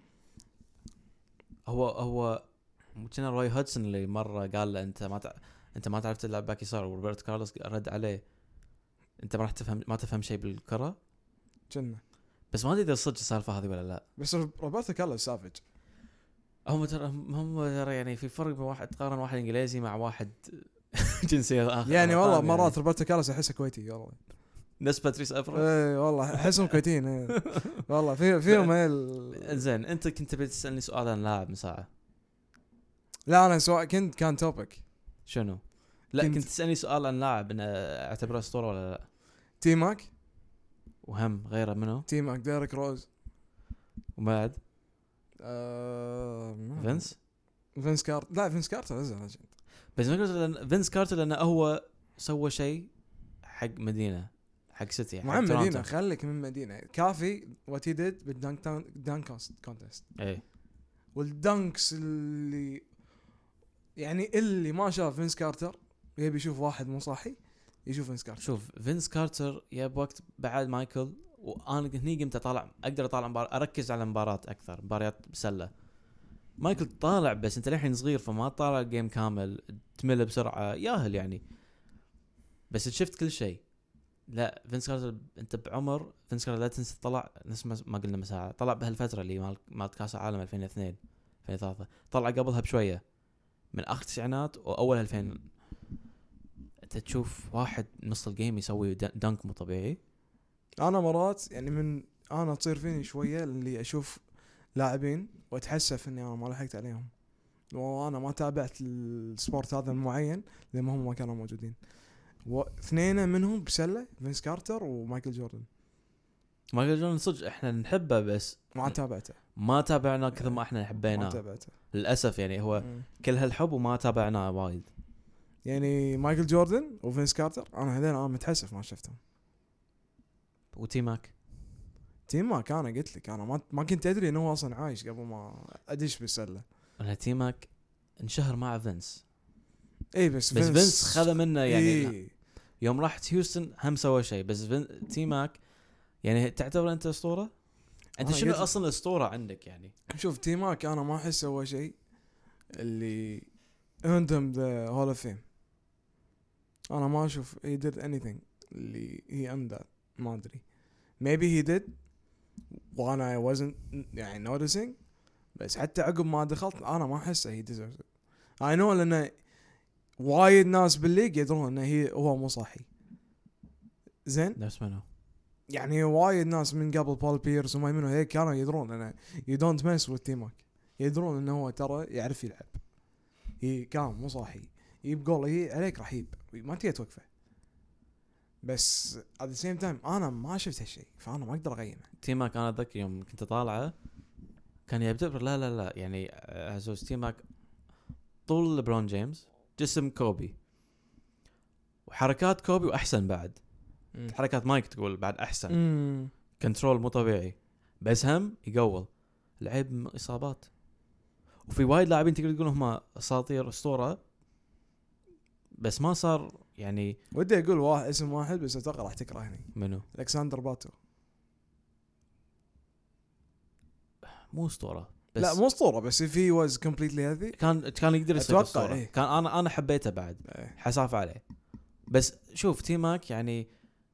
هو كان روي هودسون اللي مره قال له انت ما تعرف تلعب باك يسار، وروبرتو كارلوس رد عليه انت ما راح تفهم شيء بالكره كنا. بس ما ادري اذا صدق السالفه هذه ولا لا. بس روبرتو كارلوس سافج. هم ترى يعني في فرق بين واحد تقارن واحد انجليزي مع واحد جنسيه اخر يعني والله مرات روبرتو كارلوس احسه كويتي والله، ناس باتريس افرا. ايه والله احسهم كويتين. والله فيهم زين انت كنت بتسالني سؤال عن لاعب من ساعه. لا انا كان توبك. شنو؟ لا كنت تسالني سؤال عن لاعب انا اعتبره اسطوره ولا لا. تيماك، وهم غيره منه تيماك، ديريك روز، وبعد فينس كارتر. لا فينس كارتر نزل، بس فينس كارتر لانه هو سوى شيء حق مدينه، حق سيتي، حق مدينه. خليك من مدينه كافي وات هي ديد بالدانك كونتست. اي والدانكس اللي ما شاف فينس كارتر يبي يشوف واحد مو صاحي يشوف فينس كارتر. شوف فينس كارتر يا بوقت بعد مايكل، وانا هني قمت اقدر اطالع اركز على مباراه اكثر، مباريات بسله. مايكل طالع بس انت للحين صغير فما طالع الجيم كامل، تمل بسرعه ياهل يعني، بس شفت كل شيء. لا فينس كارتر انت بعمر فينس كارتر لا تنسى طلع نفس ما قلنا مساعة، طلع بهالفتره اللي مال كاس العالم 2002 2003، طلع قبلها بشويه من اخر التسعينات واول 2000. انت تشوف واحد نص الجيم يسوي دنك مو طبيعي. انا مرات يعني انا تصير فيني شويه اللي اشوف لاعبين واتحسف اني انا ما لحقت عليهم، وانا ما تابعت السبورت هذا المعين لما هم ما كانوا موجودين. واثنين منهم بسله، فينس كارتر ومايكل جوردن. مايكل جوردن صدق احنا نحبه بس ما تابعناه كثر ما احنا حبيناه للاسف. يعني هو كل هالحب وما تابعناه وايد. يعني مايكل جوردن وفينس كارتر انا متحسف ما شفتهم. وتيماك انا قلت لك انا ما كنت ادري انه هو اصلا عايش قبل ما ادش بالسله. انا تيماك انشهر مع فينس. اي بس فينس خذ منه يعني. يوم راحت هيوستن هم سوى شيء، بس تيماك يعني تعتبر انت اسطوره؟ انت شنو قلت- اصلا الاسطوره عندك يعني؟ شوف تيماك انا ما احس هو شيء اللي earned him the Hall of Fame. انا ما اشوف he did anything اللي he earned that. ما ادري maybe he did وانا wasn't يعني noticing, بس حتى عقب ما دخلت انا ما احسه he deserves it. I know لانه وايد ناس بالليج يدرون انه هو مو صحي زين. نفس منو؟ يعني وايد ناس من قبل بول بيرس وما منو هيك كانوا يدرون انه you don't mess with تيماك, يدرون انه هو ترى يعرف يلعب, هي كان مو صاحي يجيب جول هي عليك راح يجيب ما تقدر توقفه, بس at the same time انا ما شفت هالشيء فانا ما اقدر اقيمه. تيماك انا ذكي يوم كنت طالعه كان يعتبر لا يعني عزوز تيماك طول لبرون جيمس, جسم كوبي, وحركات كوبي واحسن بعد, حركات مايك تقول بعد احسن, كنترول مو طبيعي, بس هم يقول لعب اصابات. وفي وايد لاعبين تقدر تقول هم اساطير اسطوره بس ما صار يعني. ودي اقول واحد اسم واحد بس اتوقع راح تكرهني. منو؟ الكساندر باتو. مو اسطوره بس لا مو اسطوره, بس if he was completely healthy كان يقدر يصير اتوقع اسطوره. إيه. كان انا حبيته بعد إيه. حساف عليه. بس شوف تيماك يعني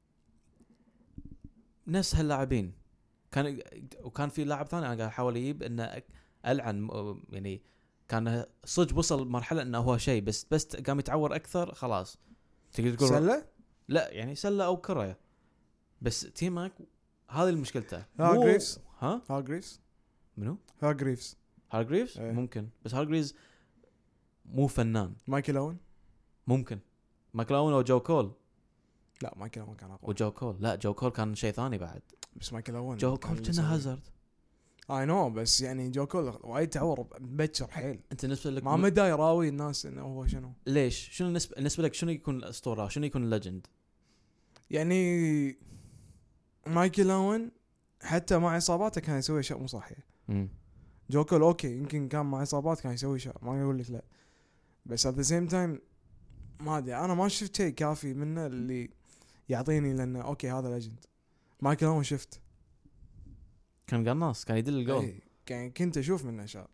نفس هاللاعبين كان, وكان في لاعب ثاني انا قاعد احاول اجيب انه العن يعني كان صدق وصل مرحله انه هو شيء بس قام يتعور اكثر خلاص تقدر تقول سله. لا يعني سله او كره, بس تيماك هذه المشكلته. هارجريفز. هارجريفز منو؟ هارجريفز. هارجريفز ايه. ممكن, بس هارجريفز مو فنان. مايكل اون. ممكن مايكل اون او جو كول. لا مايكل اون كان اقوى. وجو كول لا جو كول كان شيء ثاني بعد. بس مايكل اون جو كول كنا هازارد. اي نو, بس يعني جو كول وايد تعور مبكر حيل. انت بالنسبه لك ما مدى يراوي الناس انه هو شنو. ليش شنو بالنسبه لك شنو يكون الاسطوره شنو يكون الليجند؟ يعني مايكل اون حتى مع اصاباته كان يسوي اشياء مو صحيحه. جو كول اوكي يمكن كان مع اصابات كان يسوي شيء ما اقول لك لا, بس at the same time ما ادري انا ما شفت شيء كافي منه اللي يعطيني لانه اوكي هذا ليجند. مايكل اون شفت كان قناص كان يدل الجول. ايه كان كنت اشوف منه اشياء.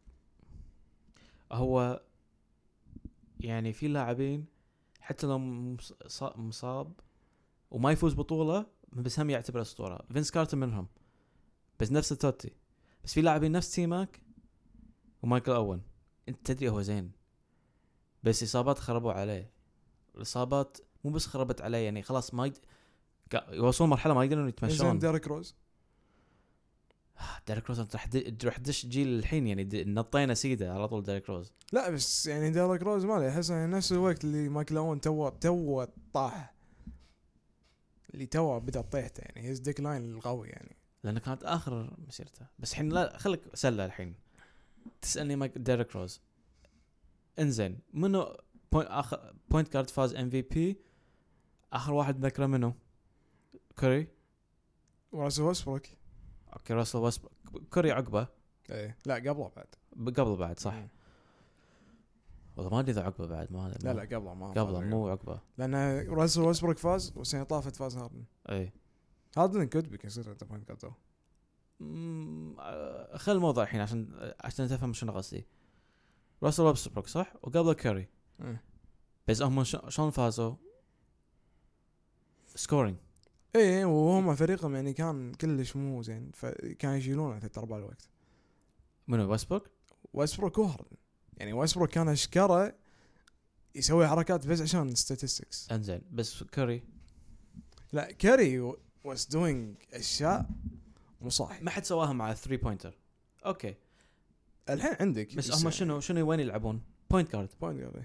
هو يعني في لاعبين حتى لو مصاب وما يفوز بطوله بس هم يعتبر اسطوره. فينس كارتر منهم, بس نفس توتي. بس في لاعبين نفس تيماك ومايكل اوين انت تدري هو زين بس اصابات خربوا عليه. الاصابات مو بس خربت عليه يعني خلاص ما يوصلون مرحله ما يقدرون يتمشون. ديريك روز. ديريك روز انت راح تدش جيل الحين يعني نطينا سيده على طول ديريك روز. لا بس يعني ديريك روز مالي احس يعني نفس الوقت اللي مايكل اون تو طاح, اللي تو بدا طيحته يعني هيز ديكلاين القوي يعني لانه كانت اخر مسيرته. بس الحين لا خليك سله الحين تسالني ديريك روز انزين منو اخر بوينت كارد فاز MVP اخر واحد ذكره منو؟ كوري. راسل ويستبروك. اوكي راسل ويستبروك. كوري عقبه. ايه لا قبله بعد صح. والله ما ادري اذا عقبه بعد ما لا قبله ما قبله مو عقبه لان راسل ويستبروك فاز والسنه طافت فاز هاردن. اي هاردن كود بيكسر انت بوينت كارد. خل الموضوع الحين عشان تفهم شنو قصدي. راسل ويستبروك صح وقبله كوري. بس هم شلون فازوا؟ سكورينج. ايه وهم فريقهم يعني كان كلش مو زين فكانوا يشيلونه ترى بالوقت. منو ويستبروك وهاردن يعني ويستبروك كان اشكره يسوي حركات بس عشان statistics. انزين بس كوري لا كاري was doing اشياء مو صح ما حد سواها مع 3 بوينتر. اوكي الحين عندك بس هم شنو وين يلعبون بوينت كارد. بوينت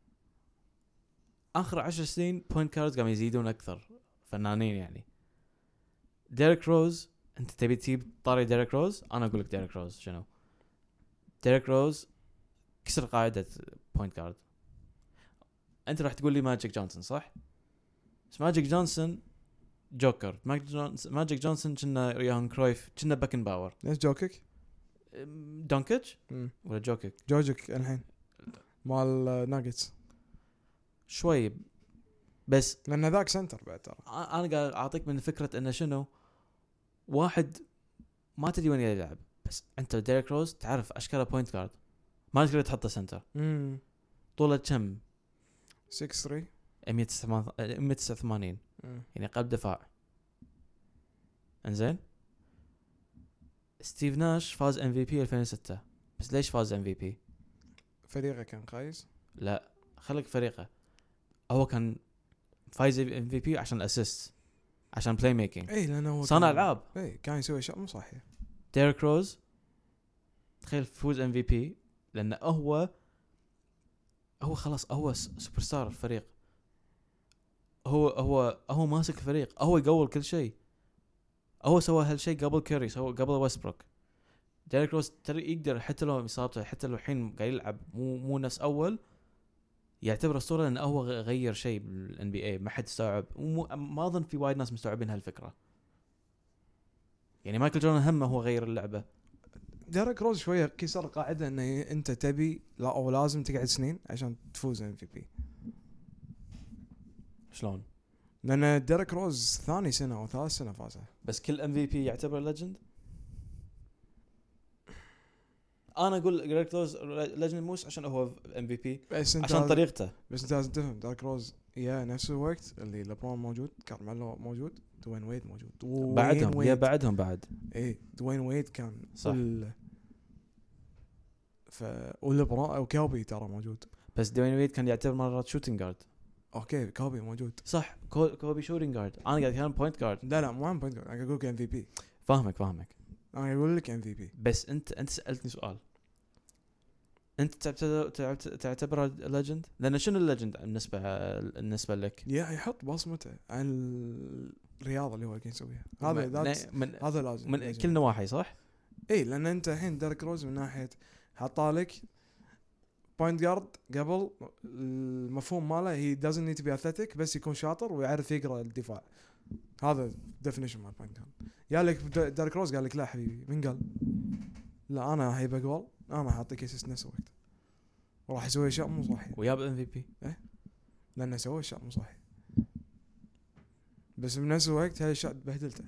اخر 10 سنين بوينت كارد قاموا يزيدون اكثر فنانين يعني. ديريك روز انت تبي تجيب طاري ديريك روز انا اقول لك ديريك روز شنو. ديريك روز كسر قاعده بوينت كارد. انت راح تقول لي ماجيك جونسون صح؟ بس ماجيك جونسون جوكر. ماجيك جونسون كنا يوهان كرويف كنا باكن باور. ليش جوكيك دونكيتش ولا جوجك الحين مال ناجتس شوي بس لان ذاك سنتر بعد ترى. انا قاعد اعطيك من فكره انه شنو واحد ما تدري وين يلعب، بس انت ديريك روز تعرف اشكاله بوينت جارد، ما تقدر تحطه سنتر. طوله كم؟ 6'3 189 يعني قلب دفاع. انزين ستيف ناش فاز MVP 2006، بس ليش فاز MVP؟ فريقه كان قايس؟ لا خلق فريقه، هو كان فايز MVP عشان اسيست، عشان بلاي ميكينج، اي لانه هو صانع العاب. اي كان يسوي اشياء مو صحيحه. ديريك روز تخيل فوز MVP لانه هو خلاص هو سوبر ستار الفريق، هو ماسك الفريق، هو يقول كل شيء، هو سوى هالشيء قبل كيري، سوى قبل ويستبروك. ديريك روز ترى يقدر حتى لو اصابته، حتى لو الحين قاعد يلعب مو نفس اول، يعتبر اسطوره لانه هو غير شيء بالان بي اي ما حد استوعب. ما اظن في وايد ناس مستوعبين هالفكره. يعني مايكل جوردن هم هو غير اللعبه. ديريك روز شويه كسر قاعده انه انت تبي لا او لازم تقعد سنين عشان تفوز MVP. شلون؟ لان ديريك روز ثاني سنه او ثالث سنه فازها. بس كل MVP يعتبر ليجند. انا اقول ديريك روز ليجند موس عشان هو MVP، عشان طريقته. بس انت لازم تفهم ديريك روز نفس الوقت اللي لبرون موجود، كارميلو موجود، دوين ويد موجود، بعدهم بعد ايه دوين ويد كان صح. ولبرون وكوبي ترى موجود، بس دوين ويد كان يعتبر مرات شوتنج جارد. اوكي كوبي موجود صح، كوبي شوتنج جارد، انا قاعد اتكلم بوينت جارد. لا مو عن بوينت جارد، انا اقول لك MVP. فاهمك انا اقول لك MVP. بس انت سالتني سؤال، انت تعتبره ليجند؟ لان شنو الليجند بالنسبه لك؟ يحط بصمته عن الرياضه اللي هو قاعد يسويها. هذا لازم من كل نواحي صح. اي لان انت الحين ديريك روز من ناحيه حطالك بوينت جارد قبل، المفهوم ماله هي doesn't need to be athletic، بس يكون شاطر ويعرف يقرا الدفاع. هذا definition مال بوينت جارد. يا لك ديريك روز قال لك لا حبيبي، من قال لا انا هيبقى جول، انا حاطيك اسيست نفس الوقت وراح يسوي اشياء مو صحيحه وياب MVP لانه سوى اشياء مو صحيحه، بس بنفس الوقت هاي الاشياء بهدلته.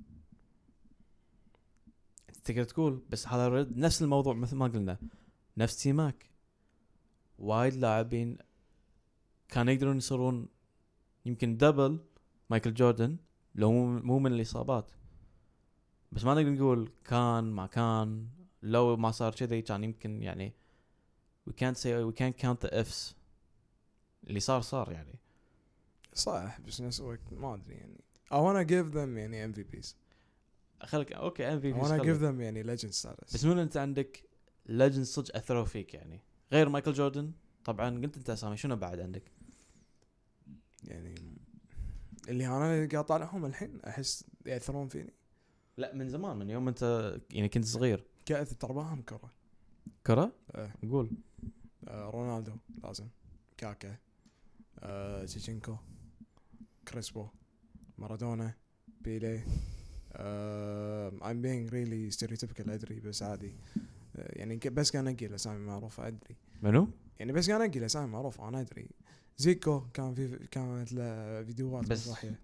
تقدر تقول بس هذا نفس الموضوع مثل ما قلنا، نفس تيماك وايد لاعبين كان يقدرون يصيرون يمكن دبل مايكل جوردن لو مو من الإصابات، بس ما نقدر نقول كان ما كان، لو ما صار كذي كان يمكن يعني we can't count the ifs. اللي صار يعني صح، بس نفس الوقت ما أدري يعني I wanna give them يعني MVPs. خلك اوكي MVPs I wanna give them يعني legend status. بس منو انت عندك legend صدق اثروا فيك يعني غير مايكل جوردن؟ طبعا قلت انت اسامي، شنو بعد عندك؟ يعني اللي انا قاعد طالعهم الحين احس ياثرون فيني. لا من زمان، من يوم انت يعني كنت صغير. كأثر ترباهم كرة قول. رونالدو لازم، كاكا، تشينكو، كريسبو، مارادونا، بيلي. I'm being really stereotypical أدري، بس عادي. يعني بس كان أنقي الأسامي معروفة أدري. منو؟ يعني بس كان أنقي الأسامي معروفة أنا أدري. زيكو كانت له فيديوهات بس صحية.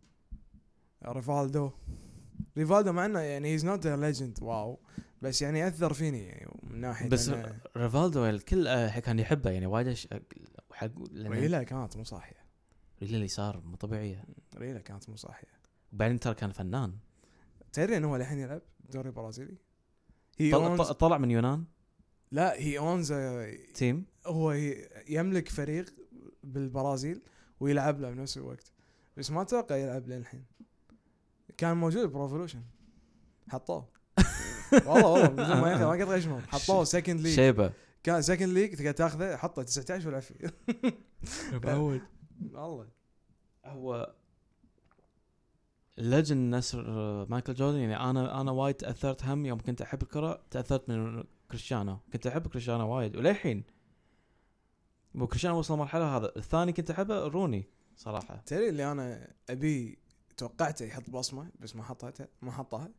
ريفالدو مع انه يعني he's not a legend واو، بس يعني اثر فيني يعني من ناحيه. بس ريفالدو الكل كان يحبه يعني وايد حق. ريلا كانت مو صحيحه، ريلا اللي صار مو طبيعيه، ريلا كانت مو صحيحه. وبعدين ترى كان فنان. تدري انه هو الحين يلعب دوري البرازيلي؟ طلع من يونان. لا هي اونز تيم، هو يملك فريق بالبرازيل ويلعب له بنفس الوقت، بس ما اتوقع يلعب للحين. كان موجود بروفولوشن حطوه والله بدون ما قد غشمه، حطوه سكند ليج شيبه، كان سكند ليج تقدر تاخذه، حطه 19 ولا فيه بعود والله. هو ليجند نسر مايكل جوردن. يعني انا وايد تاثرت هم يوم كنت احب الكره، تاثرت من كريستيانو، كنت احب كريستيانو وايد وللحين. وكريستيانو وصل مرحله هذا الثاني كنت احبه روني صراحه. ترى اللي انا ابي توقعته يحط بصمه بس ما حطها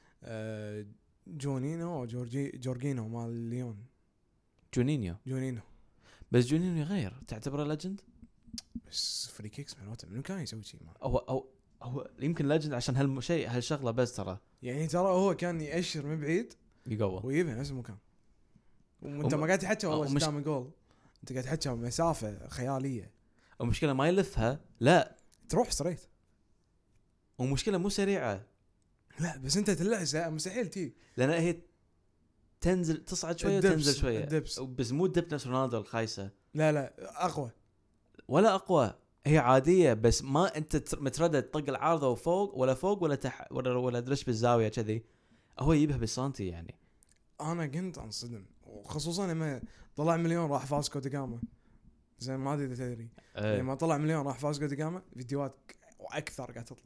جونينو او جورجينو مال ليون. جونينيو بس جونينيو غير، تعتبره ليجند؟ بس فري كيكس منو كان يسوي شيء؟ هو يمكن ليجند عشان هالشيء هالشغله بس ترى يعني ترى هو كان يأشر من بعيد يقوى ويجيبها نفس المكان وانت ما قاعد تحكي والله قدام الجول انت قاعد تحكي مسافه خياليه ومشكله ما يلفها لا تروح ستريت ومشكله مو سريعه لا بس انت تلعسها مستحيل تي لان هي تنزل تصعد شويه وتنزل شويه بس مو الدب نفس رونالدو الخايسه لا اقوى ولا اقوى هي عاديه بس ما انت متردد طق العارضه وفوق ولا فوق ولا ولا درش بالزاويه كذي هو يجيبها بالسنتي يعني انا كنت انصدم وخصوصا لما طلع مليون راح فاسكو دا جاما زين ما ادري اذا تدري لما طلع مليون راح فاسكو دا جاما فيديوهات واكثر قاعد تطلع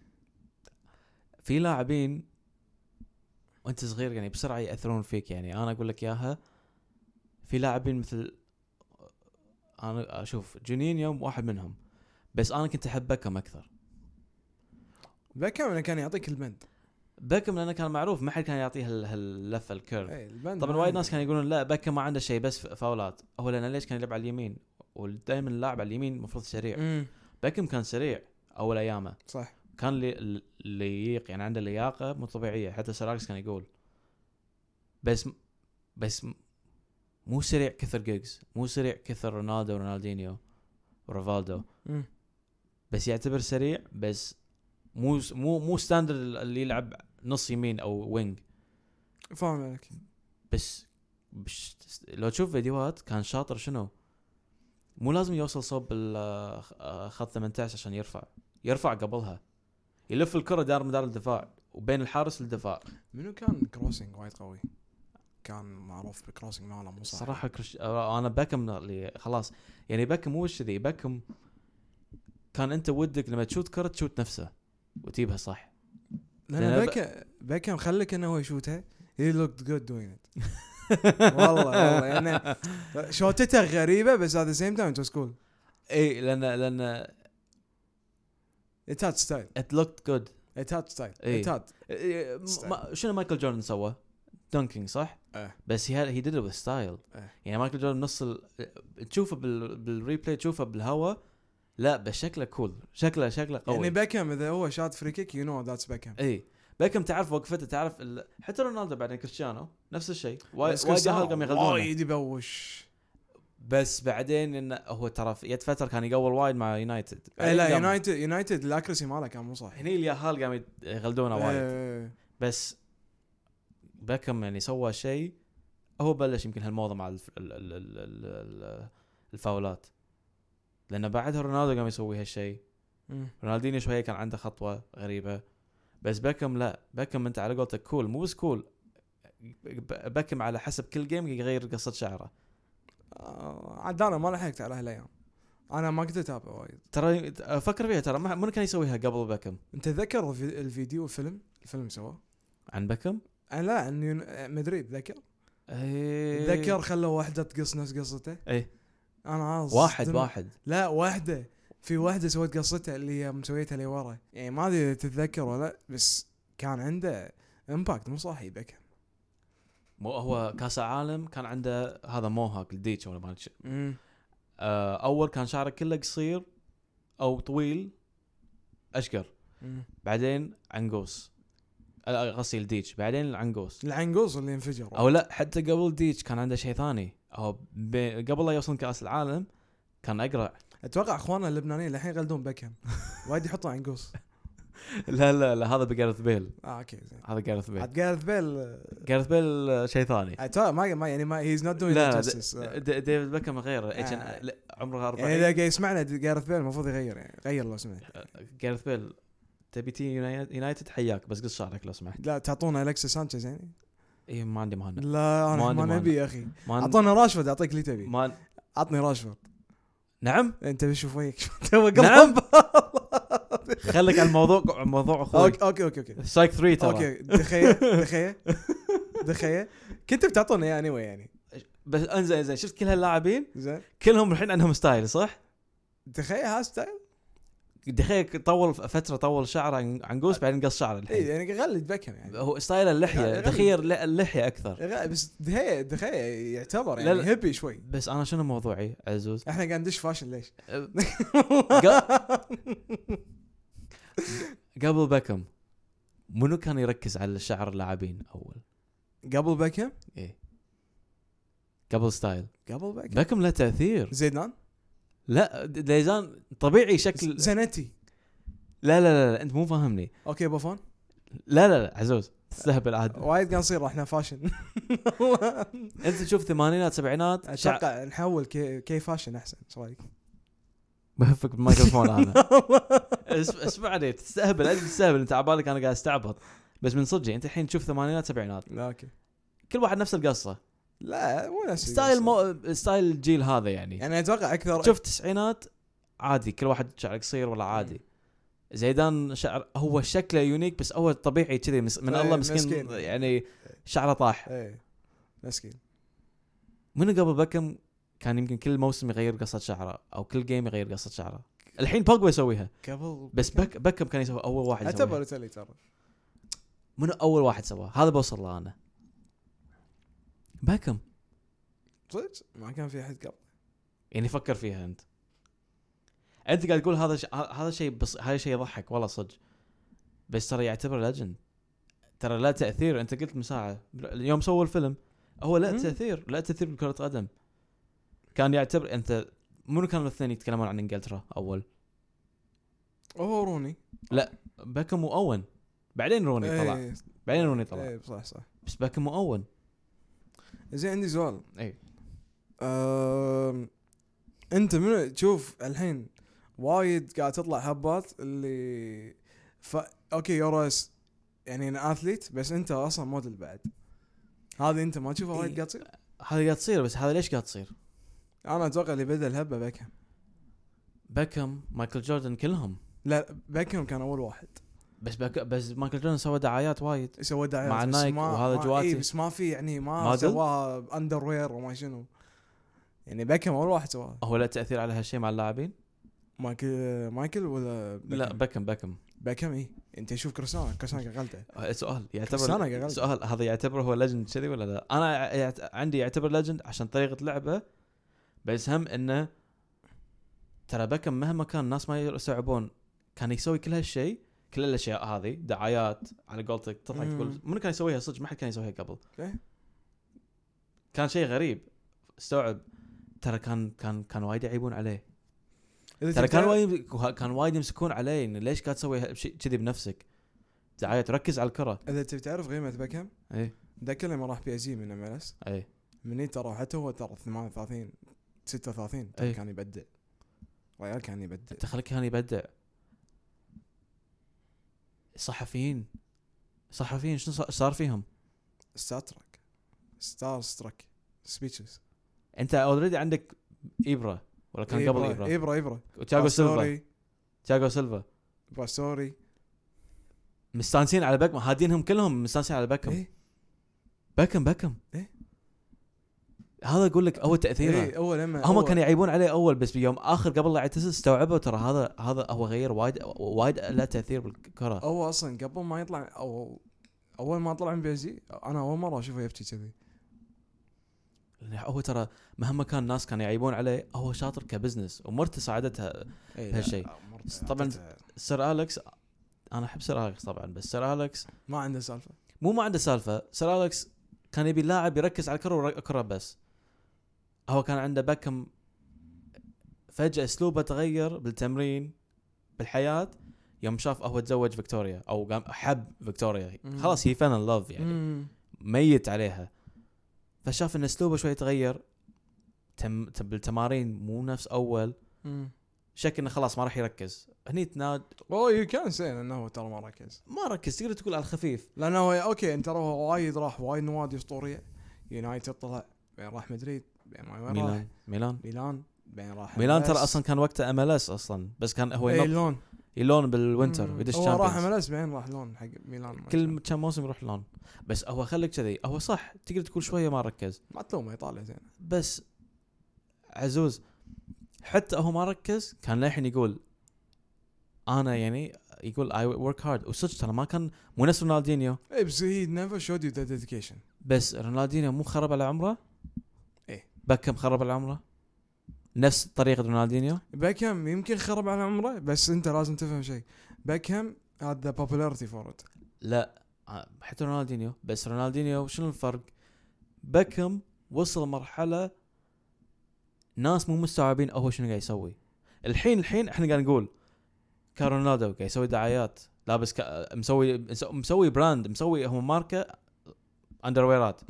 في لاعبين وانت صغير يعني بسرعه ياثرون فيك يعني انا اقول لك اياها في لاعبين مثل انا اشوف جونينيو واحد منهم بس انا كنت احب بيكهام اكثر بيكهام كان يعطيك البند بيكهام لانه كان معروف ما حد كان يعطيه هاللفه الكيرف طبعا وايد ناس كانوا يقولون لا بيكهام ما عنده شيء بس فاولات هو لانه ليش كان يلعب على اليمين ودائما اللاعب على اليمين المفروض سريع بيكهام كان سريع اول ايامه صح كان لياق يعني عنده لياقه مو طبيعيه حتى سراكس كان يقول بس مو سريع كثر جيجز مو سريع كثر رونالدو ورونالدينيو وريفالدو بس يعتبر سريع بس مو ستاندرد اللي يلعب نص يمين او وينج فاهم عليك بس لو تشوف فيديوهات كان شاطر شنو مو لازم يوصل صوب خط 18 عشان يرفع قبلها يلف الكرة دار مدار الدفاع وبين الحارس والدفاع منو كان كروسنج وايد قوي كان معروف بالكروسنج ماله مو صح صراحة انا باكم اللي خلاص يعني باكم مو وش ذي باكم كان انت ودك لما تشوت كرة تشوت نفسه وتجيبها صح لأن باكم خلك انه هو يشوتها he looked good doing it والله يعني شوتته غريبة بس at the same time it was cool اي لأن it had style it looked good it had style إيه. it had شنو مايكل جوردن سوى دنكينج صح بس he did it with style يعني مايكل جوردن نص تشوفه بالريبلاي تشوفه بالهواء لا بس شكله كول شكله قوي يعني باكم اذا هو شات فري كيك you know that's باكم اي باكم تعرف وقفته تعرف حتى رونالدو بعدين كريستيانو نفس الشيء وايد قام يغلبونه وايد يبوش بس بعدين انه هو ترى يد فتره كان يقول وايد مع يونايتد لا يونايتد الاكرسي ماله كان مو صح هني الياهال قام يغلدونه وايد بس باكم يعني سوى شيء هو بلش يمكن هالموضوع مع الفاولات لأن بعدها رونالدو قام يسوي هالشيء رونالدينيو شوية كان عنده خطوة غريبة بس باكم لا باكم انت على قولتك كول مو بس كول باكم على حسب كل جيم يغير قصة شعره عاد انا ما لحقت على هالايام انا ما كنت اتابع وايد ترى افكر فيها ترى من كان يسويها قبل باكم انت تذكر الفيديو الفيلم سواه عن باكم لا عن مدريد ذكر ذكر خلوا واحدة تقص نفس قصته انا عاوز واحد لا واحدة في واحدة سوت قصتها اللي هي مسويتها لي ورا يعني ما ادري تتذكر ولا بس كان عنده امباكت مو صاحي باكم مو هو كاس العالم كان عنده هذا موهاك الديتش ولا ما ادري اول كان شعره كله قصير او طويل اشقر بعدين عنقوس غسيل ديتش بعدين العنقوس اللي انفجر او لا حتى قبل ديتش كان عنده شيء ثاني او قبل لا يوصل كاس العالم كان اقرع اتوقع اخواننا اللبنانيين الحين يغلدون باكم وايد يحطوا عنقوس لا هذا بجارث بيل اوكي زين هذا جارث بيل جارث بيل شيء ثاني ما يعني ما هيز نوت دوينج جاستس ديفيد باكم غير عمره 40 يعني اذا قاعد يسمعنا جارث بيل المفروض يغير يعني غير لو سمحت جارث بيل تبي تي يونايتد حياك بس قص شعرك لو سمحت لا تعطونا أليكسيس سانشيز يعني ايه ما عندي مهند لا انا ما نبي يا اخي اعطونا راشفورد اعطيك اللي تبي عطني راشفورد نعم انت بشوف وياك تو نعم خليك على الموضوع اخوي اوكي سايك 3 ترى اوكي دخيه كنت بتعطونا يعني يعني بس انزين شفت كل هاللاعبين زين كلهم الحين عندهم ستايل صح دخيه ستايل طول شعره عنقوس بعدين قص شعره الحين يعني غلد بكم يعني هو ستايل اللحيه تخير اللحيه اكثر بس دخيه يعتبر يعني هيبي شوي بس انا شنو موضوعي عزوز احنا قاعد ندش فاشن ليش قبل باكم منو كان يركز على شعر اللاعبين اول؟ قبل باكم؟ ايه قبل ستايل. قبل باكم باكم له تاثير. زيدان؟ لا زيدان طبيعي شكل. زنتي. لا انت مو فاهمني. اوكي بوفون. لا عزوز تستهبل عاد. وايد قاعد نصير احنا فاشن. انت تشوف ثمانينات سبعينات اتوقع نحول كي فاشن احسن. ايش رايك؟ بهفك بالميكروفون انا. اسمعني تستهبل. انت تستهبل. انت عبالك انا قاعد استعبط بس من صدقي. انت الحين تشوف ثمانينات سبعينات لا اوكي كل واحد نفس القصه. لا مو نفس ستايل الجيل هذا يعني اتوقع اكثر. شوف التسعينات عادي كل واحد شعره قصير ولا عادي. زيدان شعر هو شكله يونيك بس هو طبيعي كذي من الله مسكين يعني شعره طاح. ايه مسكين. من قبل باكم كان يمكن كل موسم يغير قصة شعره او كل جيم يغير قصة شعره. الحين بوجبا يسويها قبل بس باكم كان يسوي اول واحد. اعتبر ترى من اول واحد سواه هذا بوصل له انا. باكم صدق ما كان في احد قبل يعني فكر فيها. انت قاعد تقول هذا شيء بس هذا شيء يضحك والله صدق بس ترى يعتبر ليجند. ترى لا تأثير. انت قلت مساعة اليوم سووا الفيلم هو لا تأثير بكرة قدم. كان يعتبر انت منو كانوا الاثنين يتكلمون عن انجلترا اول؟ روني. لا باكم واون بعدين روني طلع. بعدين روني طلع. ايه صح بس باكم واون. زين عندي سؤال. اي انت من تشوف الحين وايد قاعد تطلع هبات اللي اوكي يورس يعني انا اثليت بس انت اصلا موديل بعد. هذه انت ما تشوفها وايد قاعد تصير؟ هذه قاعد تصير بس هذا ليش قاعد تصير؟ انا اتوقع اللي بدا الهبه باكم مايكل جوردن كلهم. لا باكم كان اول واحد بس مايكل جوردن سوى دعايات وايد. سوى دعايات مع نايك وهذا جواتي. بس ما في يعني ما سواها اندر وير وما شنو يعني. باكم اول واحد سواها. هو لا تأثير على هالشيء مع اللاعبين؟ مايكل ولا باكم؟ لا باكم ايه. انت شوف كريستيانو قلته. سؤال يعتبر سؤال هذا يعتبر هو ليجند كذي ولا لا؟ انا عندي يعتبر ليجند عشان طريقة لعبه بس هم انه ترى باكم مهما كان الناس ما يستوعبون كان يسوي كل هالشيء كل الاشياء هذه دعايات على قولتك تطلع تقول من كان يسويها صدق ما حد كان يسويها قبل. كان شيء غريب استوعب. ترى كان وايد يعيبون عليه. ترى كان وايد يمسكون عليه إن ليش قاعد تسوي شيء كذي بنفسك دعاية تركز على الكرة. اذا تبي تعرف قيمة باكم ايه ذاك لما راح بي من MLS ايه مني ترى حتى هو ترى 38 36 أيه. كان يبدع ريال كان يبدع. تخليك كان يبدع. صحفيين شنو صار فيهم؟ ستارسترك سبيتشز. انت اوريدي عندك إبرة ولا كان قبل إبرة تياغو سيلفا باسوري مستانسين على باكم. هادينهم كلهم مستانسين على باكم. إيه؟ باكم إيه؟ هذا اقول لك اول تاثيره. إيه اول هم كانوا يعيبون عليه اول بس بيوم اخر قبل لا يعتزل استوعبوا ترى هذا هو غير وايد له تاثير بالكره. هو اصلا قبل ما يطلع اول ما طلع من بيزي انا اول مره اشوفه يبكي كذي. هو ترى مهما كان الناس كانوا يعيبون عليه هو شاطر كبزنس ومرته ساعدتها هالشيء. طبعا سير أليكس انا احب سير أليكس طبعا بس سير أليكس ما عنده سالفه. ما عنده سالفه. سير أليكس كان يبي اللاعب يركز على الكره بس. هو كان عنده باكم فجأة اسلوبه تغير بالتمرين بالحياة يوم شاف هو تزوج فيكتوريا او قام حب فيكتوريا خلاص هي فان لوف يعني ميت عليها. فشاف ان اسلوبه شوي تغير بالتمارين مو نفس اول شك انه خلاص ما راح يركز هني تناد. كان سين انه ترى ما ركز تقدر تقول على الخفيف لانه هو اوكي انت هو وايد راح وايد نوادي اسطوريه. يونايتد طلع بين راح مدريد بين ما ميلان بين راح ميلان ترى اصلا كان وقته MLS اصلا بس كان هو يلون بالوينتر ويدش هو راح MLS بعدين راح لون حق ميلان كل كم موسم يروح لون. بس هو خليك كذي هو صح تقدر تقول شويه ما ركز ما تلومه يطالع زين بس عزوز حتى هو ما ركز كان للحين يقول انا يعني يقول I work hard وصدق ترى ما كان مو نفس رونالدينيو. بس he never showed you the dedication. بس رونالدينيو مو خرب على عمره. ايه باكم خرب على عمره نفس طريقة رونالدينيو. باكم يمكن خرب على عمره بس انت لازم تفهم شيء. باكم هذا popularity for it. لا حتى رونالدينيو، بس رونالدينيو شنو الفرق؟ بيكهام وصل مرحلة ناس مو مستوعبين هو شنو قاعد يسوي. الحين احنا قاعد نقول كارونالدو قاعد يسوي دعايات، لابس مسوي براند، مسوي هو ماركة اندرويرات.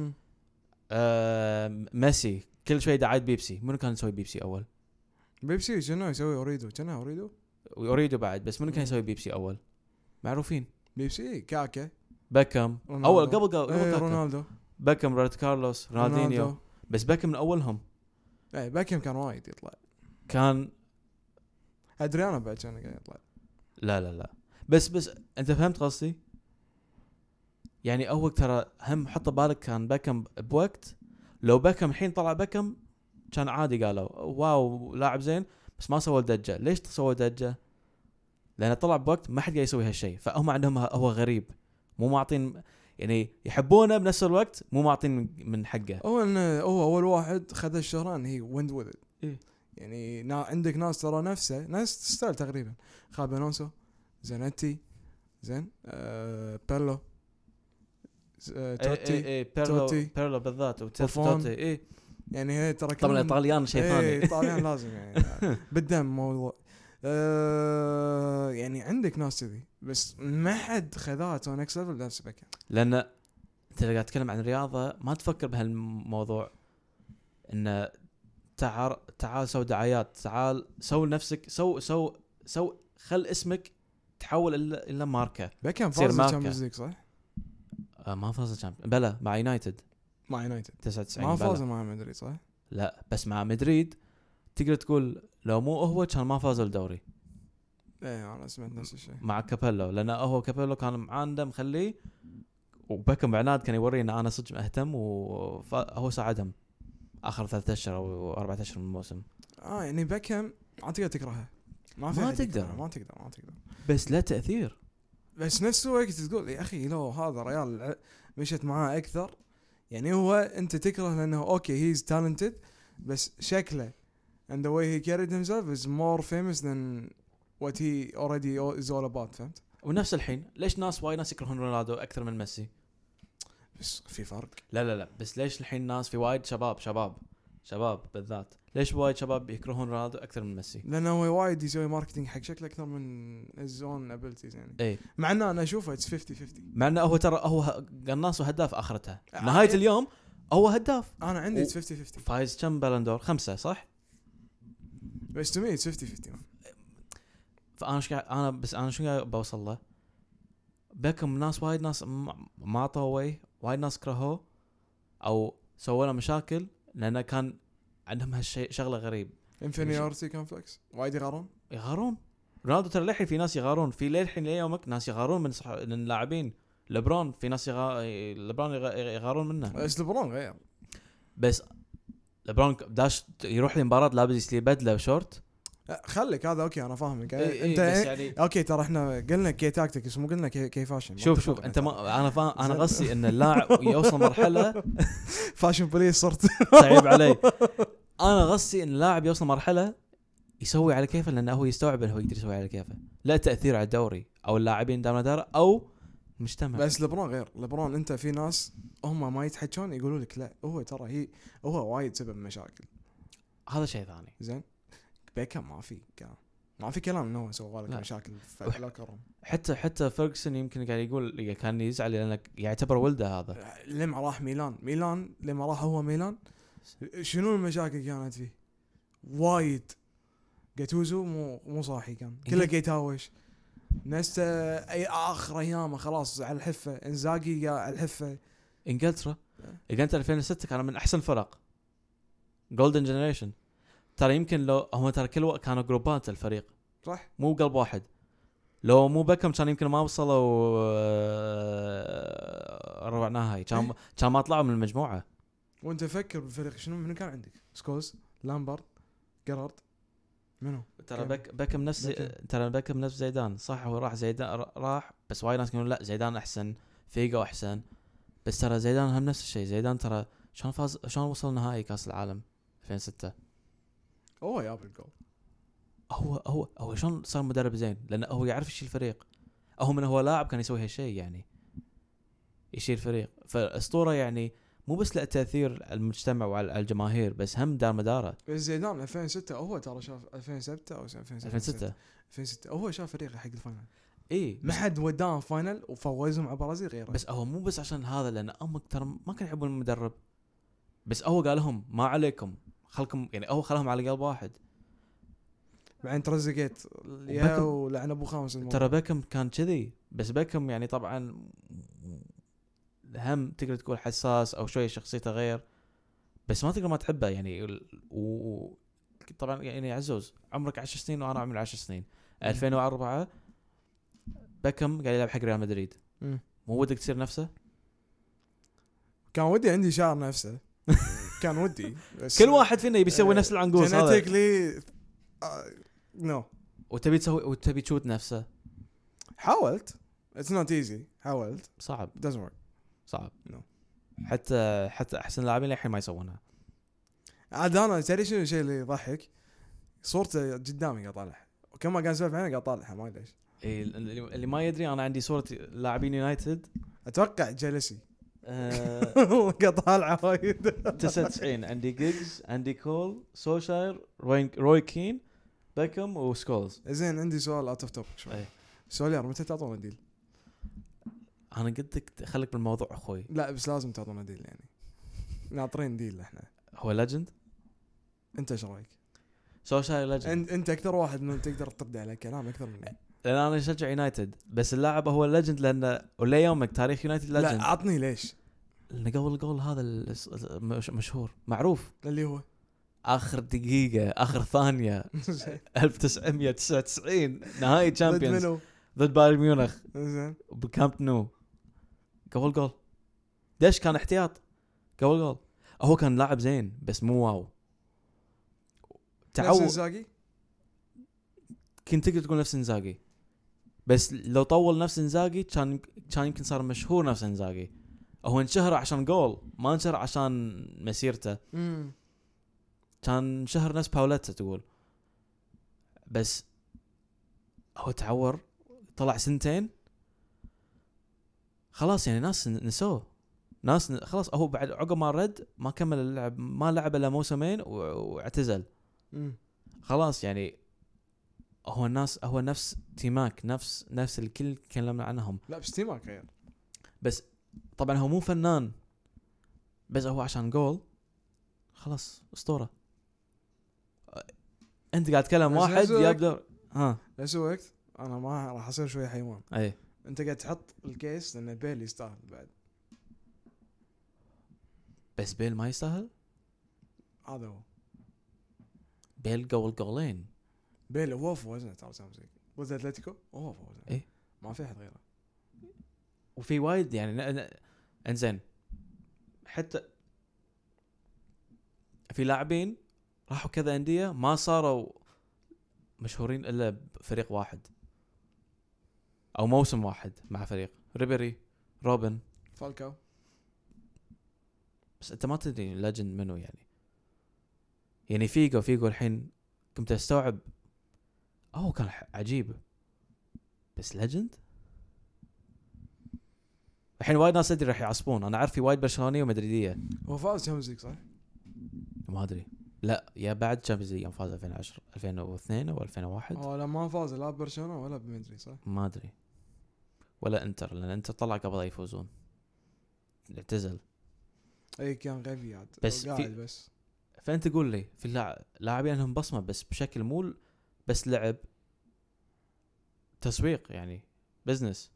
ميسي كل شوي دعاية بيبسي. منو كان يسوي بيبسي اول؟ بيبسي شنو يسوي؟ اوريدو بعد، بس منو كان يسوي بيبسي اول؟ معروفين. بيبسي كاكا، بيكهام اول قبل رونالدو، بيكهام، روبرتو كارلوس، رونالدينيو. بس بيكهام من اولهم. اي بيكهام كان وايد يطلع، كان ادريانو بعد كان قاعد يطلع. لا بس انت فهمت قصدي؟ يعني اول ترى هم حط بالك كان بيكهام بوقت، لو بيكهام الحين طلع بيكهام كان عادي، قالوا واو لاعب زين، بس ما سوى دجة. ليش سوى دجة؟ لأنه طلع بوقت ما حد قاعد يسوي هالشيء، فهم عندهم هو غريب، مو معطين، يعني يحبونه بنفس الوقت مو معطين من حقه. هو أول واحد خذ الشهرة إن هي went with it. إيه؟ يعني عندك ناس ترى نفسه، ناس تستاهل تقريبا، خابي ألونسو، زانيتي، زين، بيرلو، توتي، بيرلو بالذات، وتوتي. إيه يعني هي ترى طبعا الإيطاليان شيء ثاني. الإيطاليان لازم يعني بالدم موضوع. يعني عندك ناس كذي، بس ما حد خذاها تو نكست ليفل نفس بيكهام. لأن انت قاعد تتكلم عن رياضة، ما تفكر بهالموضوع ان تعال سوي دعايات، تعال سوي نفسك، سو خل اسمك تحول الى ماركة. بيكهام فاز بالشامبيونز ليج صح؟ ما فاز الشامبيونز، بلا مع يونايتد 99. ما فاز مع مدريد صح؟ لا بس مع مدريد تقدر تقول لو مو هو كان ما فاز الدوري. ايه انا سمعت نفس الشيء مع كابيلو، لأنه هو كابيلو كان معانده مخليه، وبيكهام بعناد كان يوري ان انا صدق مهتم، وهو ساعدهم اخر 3 أشهر او 4 أشهر من الموسم. يعني بيكهام ما تقدر تكرهه، ما تقدر بس لا تأثير. بس نفس الوقت تقول يا اخي لو هذا ريال مشت معاه اكثر، يعني هو انت تكره لانه اوكي هيز تالنتد، بس شكله and the way he carried himself is more famous than what he already is all about. فهمت؟ ونفس الحين ليش وايد ناس يكرهون رونالدو اكثر من ميسي؟ بس في فرق. لا بس ليش الحين ناس في وايد شباب بالذات، ليش وايد شباب يكرهون رونالدو اكثر من ميسي؟ لانه هو وايد يسوي ماركتينج حق شكله اكثر من الزون ابيلتيز يعني. ايه مع انه انا اشوفه اتس 50-50، مع انه هو ترى هو قناص وهداف اخرتها نهايه اليوم، هو هداف. انا عندي اتس 50-50. فايز كم بالندور؟ 5 صح؟ بس تو مي اتس 50-50. فانا شو قاعد بوصل له؟ بيكهام ناس وايد ناس ما طوي، وايد ناس كرهوه او سووا له مشاكل لانه كان عندهم هالشيء شغله غريب، انفينيورتي كومبلكس. وايد يغارون رونالدو. ترى للحين في ناس يغارون، في للحين ليومك ناس يغارون من اللاعبين. لبرون في ناس لبرون يغارون منه. بس لبرون غير، بس لبرون داش يروح لمباراة لابس لي بدله وشورت. خليك هذا اوكي انا فاهمك. انت يعني اوكي ترى احنا قلنا كي تاكتيك، بس مو قلنا كي فاشن. شوف انت انا فاهم. انا قصدي ان اللاعب يوصل مرحله فاشن بوليس صرت صعيب علي. انا قصدي ان اللاعب يوصل مرحله يسوي على كيفه، لانه هو يستوعب انه هو يقدر يسوي على كيفه، لا تاثير على الدوري او اللاعبين دام دار او مجتمع. بس لبرون غير. لبرون انت في ناس هم ما يتحكون يقولوا لك لا هو ترى هو وايد سبب مشاكل، هذا شيء ثاني. زين بيكهام ما في كلام انه سوى لك مشاكل في الكرم. حتى فيرغسون يمكن قاعد يقول كان يزعل لانه يعتبر ولده هذا. لما راح ميلان لما راح هو ميلان شنو المشاكل كانت فيه؟ وايد. جاتوزو مو صاحي، كان كله يتهاوش. نستا اي اخر ايامه خلاص على الحفه. انزاغي على الحفه. انجلترا 2006 كانوا من احسن فرق جولدن جنريشن. ترى يمكن لو هم ترى كانوا جروبات الفريق صح، مو قلب واحد. لو مو بيكهام كان يمكن ما وصلوا ربع نهائي، كان ما طلعوا من المجموعه. وانت فكر بالفريق شنو من كان عندك؟ سكولز، لامبارد، جيرارد، منو؟ ترى بيكهام نفس زيدان. صح هو راح بس وايد ناس يقولون لا زيدان احسن، فيجو احسن، بس ترى زيدان هم نفس الشيء. زيدان ترى شلون وصل نهائي كاس العالم 2006؟ هو يا بالجول. هو شلون صار مدرب زين؟ لانه هو يعرف يشيل الفريق. هو من هو لاعب كان يسوي هالشيء يعني يشيل فريق. فالاسطوره يعني مو بس له تاثير على المجتمع وعلى الجماهير بس هم دار مداره. بس زيدان 2006 هو ترى شاف 2007 او 2006 هو شاف فريقه حق الفاينل. اي ما حد وداهم فاينل وفوزهم على البرازيل غيره. بس هو مو بس عشان هذا لان امك ترى ما كان يحبون المدرب بس هو قال لهم ما عليكم خلكم يعني هو خلاهم على قلب واحد. بعدين ترزقت يا ولعن ابو خامس ترى بيكم كان كذي بس بيكم يعني طبعا هم تقدر تقول حساس او شويه شخصيته غير بس ما تقدر ما تحبه يعني. طبعا يعني عزوز عمرك 10 سنين وانا عمري 10 سنين 2004 بيكم قاعد يلعب حق ريال مدريد. مو ودك تصير نفسه؟ كان ودي عندي شعر نفسه كان ودي بس كل واحد فينا يبي يسوي نفس العنقوس هذا جينيتيكلي نو وتبي تسوي وتبي تشوت نفسه. حاولت it's not easy حاولت صعب doesn't work صعب no. حتى احسن لاعبين الحين ما يسوونها. عاد انا تدري شنو الشيء اللي يضحك صورته قدامي قاعد اطالعها وكما قاعد اسولف عنها قاعد اطالعها ما ادري ليش. اللي ما يدري انا عندي صورة لاعبين يونايتد اتوقع جلسي قاعد طالعه وايد 99 عندي جيجز عندي كول سوشاير روي كين بيكم وسكولز. زين عندي سؤال اوت اوف توبك شوي. سؤال يا متى تعطونا ديل؟ انا قلت خليك بالموضوع اخوي. لا بس لازم تعطونا ديل يعني ناطرين ديل احنا. هو ليجند انت ايش رايك؟ سوشاير ليجند. انت اكثر واحد من تقدر ترد على كلام اكثر مني لان انا اشجع يونايتد بس اللاعب هو ليجند لانه ولا يومك تاريخ يونايتد ليجند. لا عطني ليش. لانه قول هذا مشهور معروف اللي هو اخر دقيقه اخر ثانيه 1999 نهائي تشامبيونز ضد بايرن ميونخ زين بالكامب نو قول ديش كان احتياط قول هو كان لاعب زين بس مو واو. نفس انزاغي كنت تقدر تقول نفس انزاغي بس لو طول نفس انزاغي كان يمكن صار مشهور نفس انزاغي. هو انشهر عشان جول ما انشهر عشان مسيرته. كان شهر نفس باوليتا تقول بس هو تعور طلع سنتين خلاص يعني ناس نسوه ناس خلاص. هو بعد عقب ما رد ما كمل اللعب ما لعب الا موسمين واعتزل خلاص يعني. هو نفس تيماك نفس الكل تكلمنا عنهم. لا بس تيماك غير بس طبعا هو مو فنان بس هو عشان جول خلاص اسطوره. انت قاعد تكلم واحد يبدأ ليش وقت انا ما راح اصير شويه حيوان. اي انت قاعد تحط الكيس لان بيل يستاهل بعد بس بيل ما يستاهل. هذا هو بيل جولين بيل هو فوزنا ترى سامسونج وز اتلتيكو هو فوزنا ايه ما في احد غيره وفي وايد يعني انزين حتى في لاعبين راحوا كذا انديه ما صاروا مشهورين الا بفريق واحد او موسم واحد مع فريق. ريبيري روبن فالكاو بس انت ما تدري ليجند منو يعني فيجو الحين كنت استوعب كان عجيب بس ليجند الحين وايد ناس ادري راح يعصبون. انا عارف في وايد برشلونيه ومدريديه. هو فاز تشامبيونز ليج صح؟ ما ادري لا يا بعد تشامبيونز ليج فاز 2010 2002 او 2001 لا ما فاز لا برشلونه ولا بمدريد صح؟ ما ادري ولا انتر لان انتر طلع قبل يفوزون اعتزل. اي كان غبي عاد بس بس فانت تقول لي في لاعبين لهم بصمه بس بشكل مو بس لعب تسويق يعني بزنس.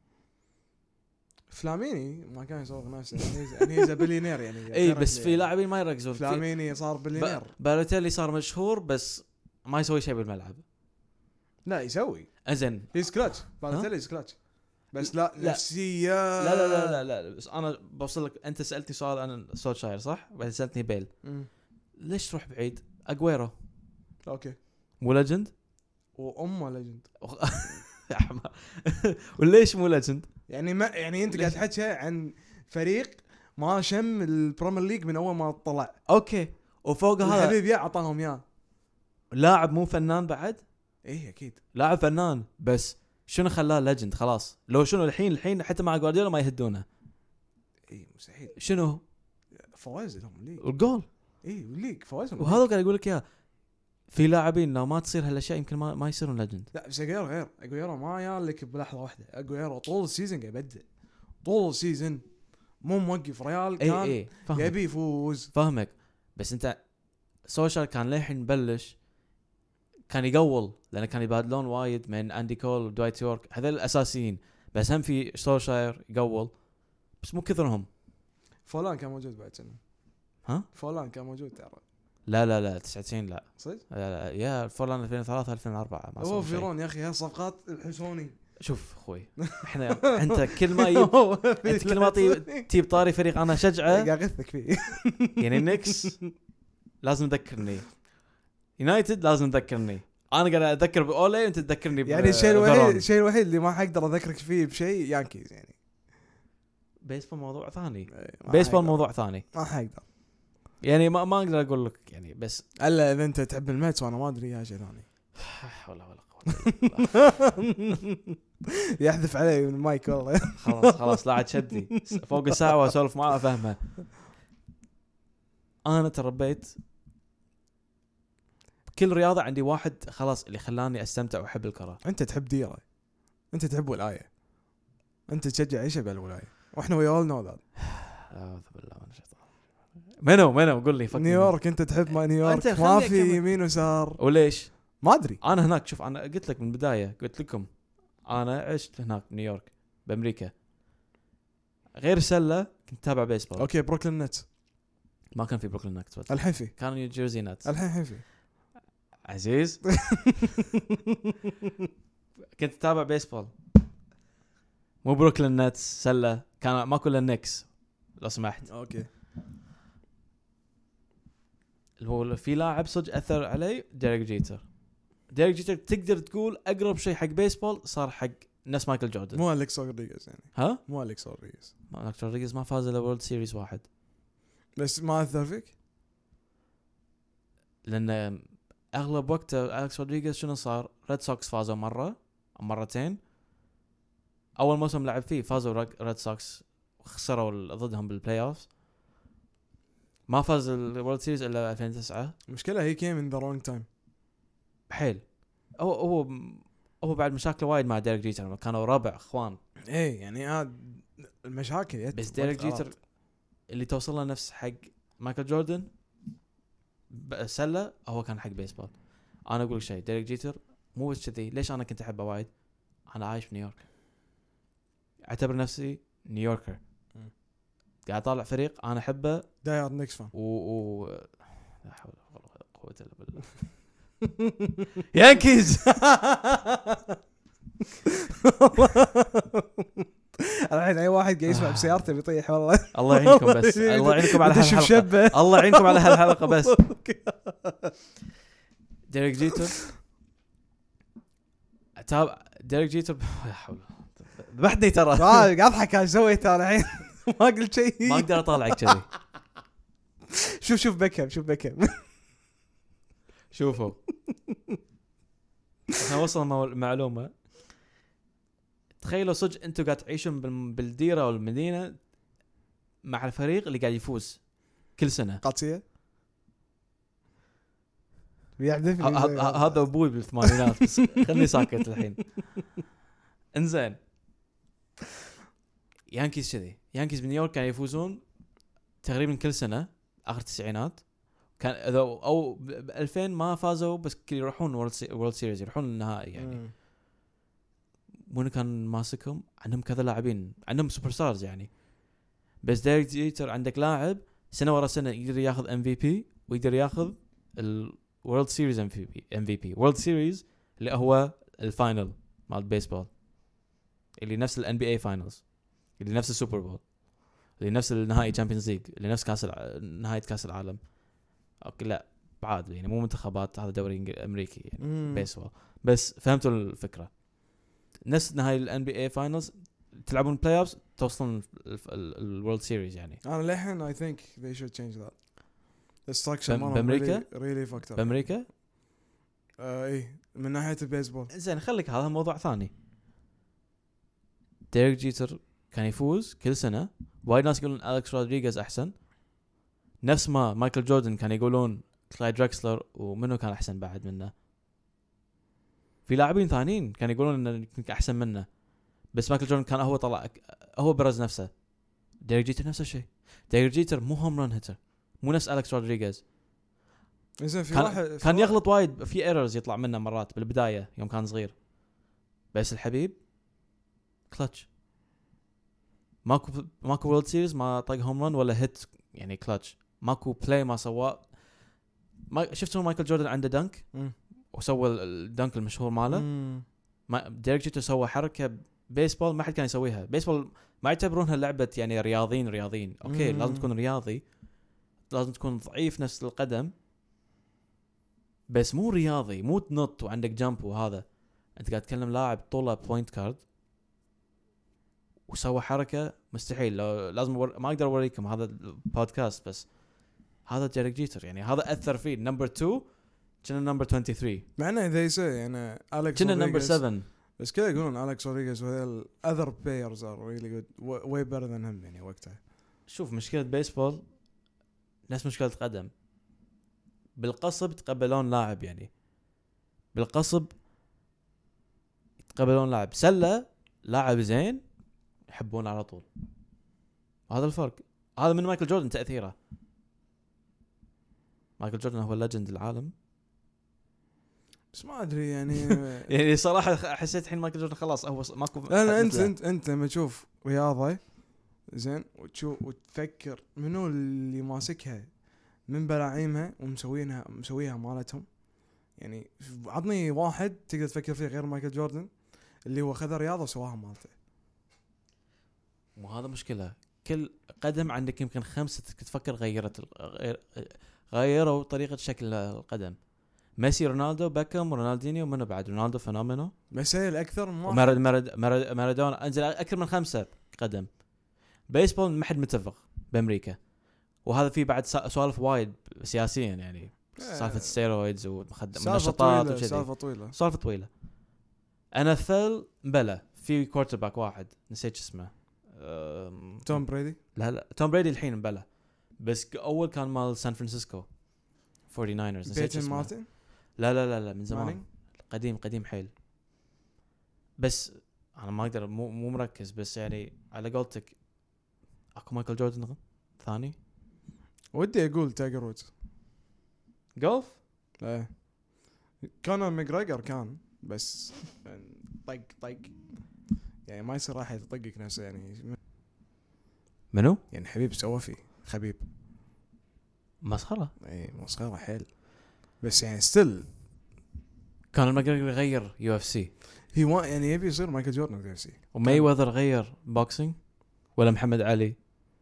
فلاميني ما كان يسوق نفسه يعني هي بليونير يعني اي بس في لاعبين ما يركزون. فلاميني صار بليونير. بالوتيلي صار مشهور بس ما يسوي شيء بالملعب. لا يسوي ازين هيز كلاتش بالوتيلي كلاتش بس لا نفسيه لا لا لا لا لا بس انا بوصل لك. انت سالتني سؤال انا سولشاير صح بعدين سالتني بيل ليش تروح بعيد؟ اجويرو اوكي مو ليجند وامه ليجند وليش مو ليجند يعني ما يعني انت قاعد تحكي عن فريق ما شم البريمير ليج من اول ما طلع. اوكي وفوق هذا الحبيب يا عطاهم ياه لاعب مو فنان بعد. ايه اكيد لاعب فنان بس شنو خلاه ليجند خلاص؟ لو شنو الحين حتى مع جوارديولا ما يهدونه. اي مستحيل. شنو فوائز لهم ليج الجول. اي والليج فوائز. وهذا قاعد يقول لك يا في لاعبين لو ما تصير هالاشياء يمكن ما يصيرون ليجند. لا بس اجويرو ما يالك بلحظه واحده. اجويرو طول السيزون قاعد يبدع طول السيزون مو موقف. ريال كان يبي يفوز. فاهمك بس انت سوشيال كان للحين نبلش كان يقول لأنه كان يبادلون وايد من أندي كول ودوايت يورك هذول الأساسيين بس هم في سولشاير يقول بس مو كثرهم. فولان كان موجود بعد سنة. ها فولان كان موجود ترى. لا 99 لا صدق لا يا فولان 2003 2004 ما هو فيرون يا أخي هالصفقات الحسوني. شوف أخوي إحنا أنت كل ما أنت كل ما تجيب طاري فريق أنا شجعه قاعد أغثك فيه. يعني نيكس لازم تذكرني يونايتد لازم تذكرني. انا قاعد اذكر باولي وانت تذكرني يعني الشيء الوحيد اللي ما حقدر اذكرك فيه بشيء يانكيز يعني. بيسبول موضوع ثاني. بيسبول موضوع ثاني ما حقدر يعني ما اقدر اقول لك يعني بس الا اذا انت تحب الميتس وانا ما ادري يا شيء ثاني. ولا قوه يحذف علي من المايك والله. خلاص لا عاد شدي فوق الساعه واسولف معاه افهمها. انا تربيت كل رياضة عندي واحد خلاص اللي خلاني استمتع واحب الكرة. انت تحب ديرة انت تحب ولاية انت تشجع ايش بالولاية واحنا we all know that. اعوذ بالله من الشيطان. منو قول لي نيويورك انت تحب ما نيويورك ما في يمين ويسار وليش ما ادري. انا هناك شوف انا قلت لك من البداية قلت لكم انا عشت هناك نيويورك بامريكا غير سلة كنت تابع بيسبول. اوكي بروكلين نتس ما كان في بروكلين نتس الحين في كان نيو جيرسي نتس الحين في عزيز. كنت تابع بيسبول مو بروكلين نتس سلة كان ما كل النكس لو سمحت. اوكي هو في لاعب صدق اثر علي ديريك جيتر تقدر تقول اقرب شيء حق بيسبول صار حق نفس مايكل جوردن. مو أليكس رودريغيز يعني. ها مو أليكس رودريغيز ما فاز الا وورلد سيريز واحد بس ما اثر فيك لان اغلب وقت أليكس رودريغيز شنو صار؟ ريد سوكس فازوا مره او مرتين. اول موسم لعب فيه فازوا ريد سوكس وخسروا ضدهم بالبلاي اوف. ما فاز الورلد سيريز الا 2009. المشكله هي كيم ان ذا رونج تايم حيل. هو بعد مشاكل وايد مع ديريك جيتر كانوا ربع اخوان. ايه يعني المشاكل بس ديريك جيتر اللي توصل له نفس حق مايكل جوردن سله هو كان حق بيسبول. انا اقول شيء ديريك جيتر مو بس كذي. ليش انا كنت احبه وايد؟ انا عايش في نيويورك اعتبر نفسي نيويوركر قاعد طالع فريق انا احبه داير نيكس فان لا حول ولا قوه الا بالله. يانكيز. الحين اي واحد قاعد يسمع بسيارته بيطيح والله. الله يعينكم بس الله يعينكم على هالحلقه الله يعينكم على هالحلقه بس. ديريك جيتر ديريك جيتر يا حول ذبحني ترى. قاعد اضحك ايش سويت انا الحين ما قلت شيء. ما اقدر اطالعك كذي. شوف بكم شوفوا احنا وصلنا معلومه. تخيلوا صدق انتوا قاعد تعيشون بالديره والمدينه مع الفريق اللي قاعد يفوز كل سنه. قاسيه بيحذفني هذا ابوي بالثمانينات بس خلني ساكت الحين. انزين يانكيز كذي. يانكيز بنيويورك كانوا يفوزون تقريبا كل سنه اخر التسعينات. كان او 2000 ما فازوا بس كل يروحون وورلد سيريز يروحون النهائي يعني. وين كان ماسكهم؟ عندهم كذا لاعبين عندهم سوبر ستارز يعني. بس ديريك جيتر عندك لاعب سنه ورا سنه يقدر ياخذ MVP ويقدر ياخذ الورلد سيريز MVP وورلد سيريز اللي هو الفاينل مال البيسبول اللي نفس الNBA فاينلز اللي نفس السوبر بول اللي نفس النهائي تشامبيونز ليج اللي نفس نهاية كاس العالم. اوكي لا بعد يعني مو منتخبات هذا دوري امريكي يعني بيسبول. بس فهمتوا الفكره؟ نفس نهاية الNBA فاينلز تلعبون بلاي اوفز توصلون الورلد سيريز يعني. انا للحين I think they should change that. The structure بأمريكا really fucked up. بأمريكا ايه من ناحية البيسبول. زين خليك هذا موضوع ثاني. ديريك جيتر كان يفوز كل سنه. وايد ناس يقولون أليكس رودريغيز احسن، نفس ما مايكل جوردن كان يقولون كلايد دراكسلر، ومنه كان احسن بعد منه. في لاعبين ثانيين كان يقولون انه احسن منه، بس مايكل جوردن كان هو طلع هو برز نفسه. ديريك جيتر نفس الشيء. ديريك جيتر مو هوم ران هيتر، مو نفس أليكس رودريغيز. كان يغلط وايد في ايرورز يطلع منه مرات بالبدايه يوم كان صغير، بس الحبيب كلتش. ماكو وورلد سيريز ما طق هوم ران ولا هيت يعني كلتش. ماكو بلاي ما سواه. ما شفتوا مايكل جوردن عنده دنك وسوى الدنك المشهور ماله. ما ديريك جيتر سوى حركه بيسبول ما حد كان يسويها. بيسبول ما يعتبرونها لعبه يعني رياضيين اوكي لازم تكون رياضي، لازم تكون ضعيف نفس القدم، بس مو رياضي، مو تنط وعندك جامب. وهذا انت قاعد تتكلم لاعب طوله بوينت كارد وسوى حركه مستحيل. لازم ما اقدر اوريكم هذا البودكاست، بس هذا ديريك جيتر يعني هذا اثر فيه. نمبر 2 كنا نمبر 23 معنا اذا يصير يعني أليكس كنا نمبر 7. بس كذا يقولون أليكس رودريغيز وهذول other players are really good way better than him يعني وقتها. شوف مشكله بيسبول نفس مشكله قدم، بالقصب يتقبلون لاعب يعني بالقصب يتقبلون لاعب. سله لاعب زين يحبون على طول. هذا الفرق. هذا من مايكل جوردن تأثيره. مايكل جوردن هو ليجند العالم، بس ما ادري يعني يعني صراحه حسيت الحين مايكل جوردن خلاص هو ماكو. لا انت لما تشوف رياضه زين وتفكر منو اللي ماسكها من بلاعيمها ومسويها مالتهم، يعني عطني واحد تقدر تفكر فيه غير مايكل جوردن اللي هو خذ رياضه وسواها مالته. وهذا مشكله. كل قدم عندك يمكن 5 تفكر غيروا طريقه شكل القدم. ميسي، رونالدو، باكام، رونالدينيو، منو بعد؟ رونالدو فينومينو. ميسي الاكثر مارادونا انزل اكثر من 5 قدم. بيسبول ما حد متفق بامريكا، وهذا فيه بعد سوالف وايد سياسيا يعني سالفه الستيرويدز ومنشطات وكذا. سالفه طويله. انا فل بلا في كوارترباك واحد نسيت اسمه توم بريدي. لا توم بريدي الحين بلا، بس اول كان مال سان فرانسيسكو 49ers نسيت اسمه. مارتن. لا من زمان قديم حيل. بس انا ما اقدر مو مركز، بس يعني على قولتك اكو مايكل جوردن ثاني. ودي اقول تايجر وودز جولف. لا كونر ماجريجر كان بس طق يعني ما يصير راح يطقك نفسه يعني. منو يعني حبيب سوى فيه خبيب مسخره. اي مسخره حيل، بس يعني ستيل كان الماجريجر غير يو اف سي. هو يعني يبي يصير مايكل جوردن في يو اف سي. وماي وذر غير بوكسينج ولا محمد علي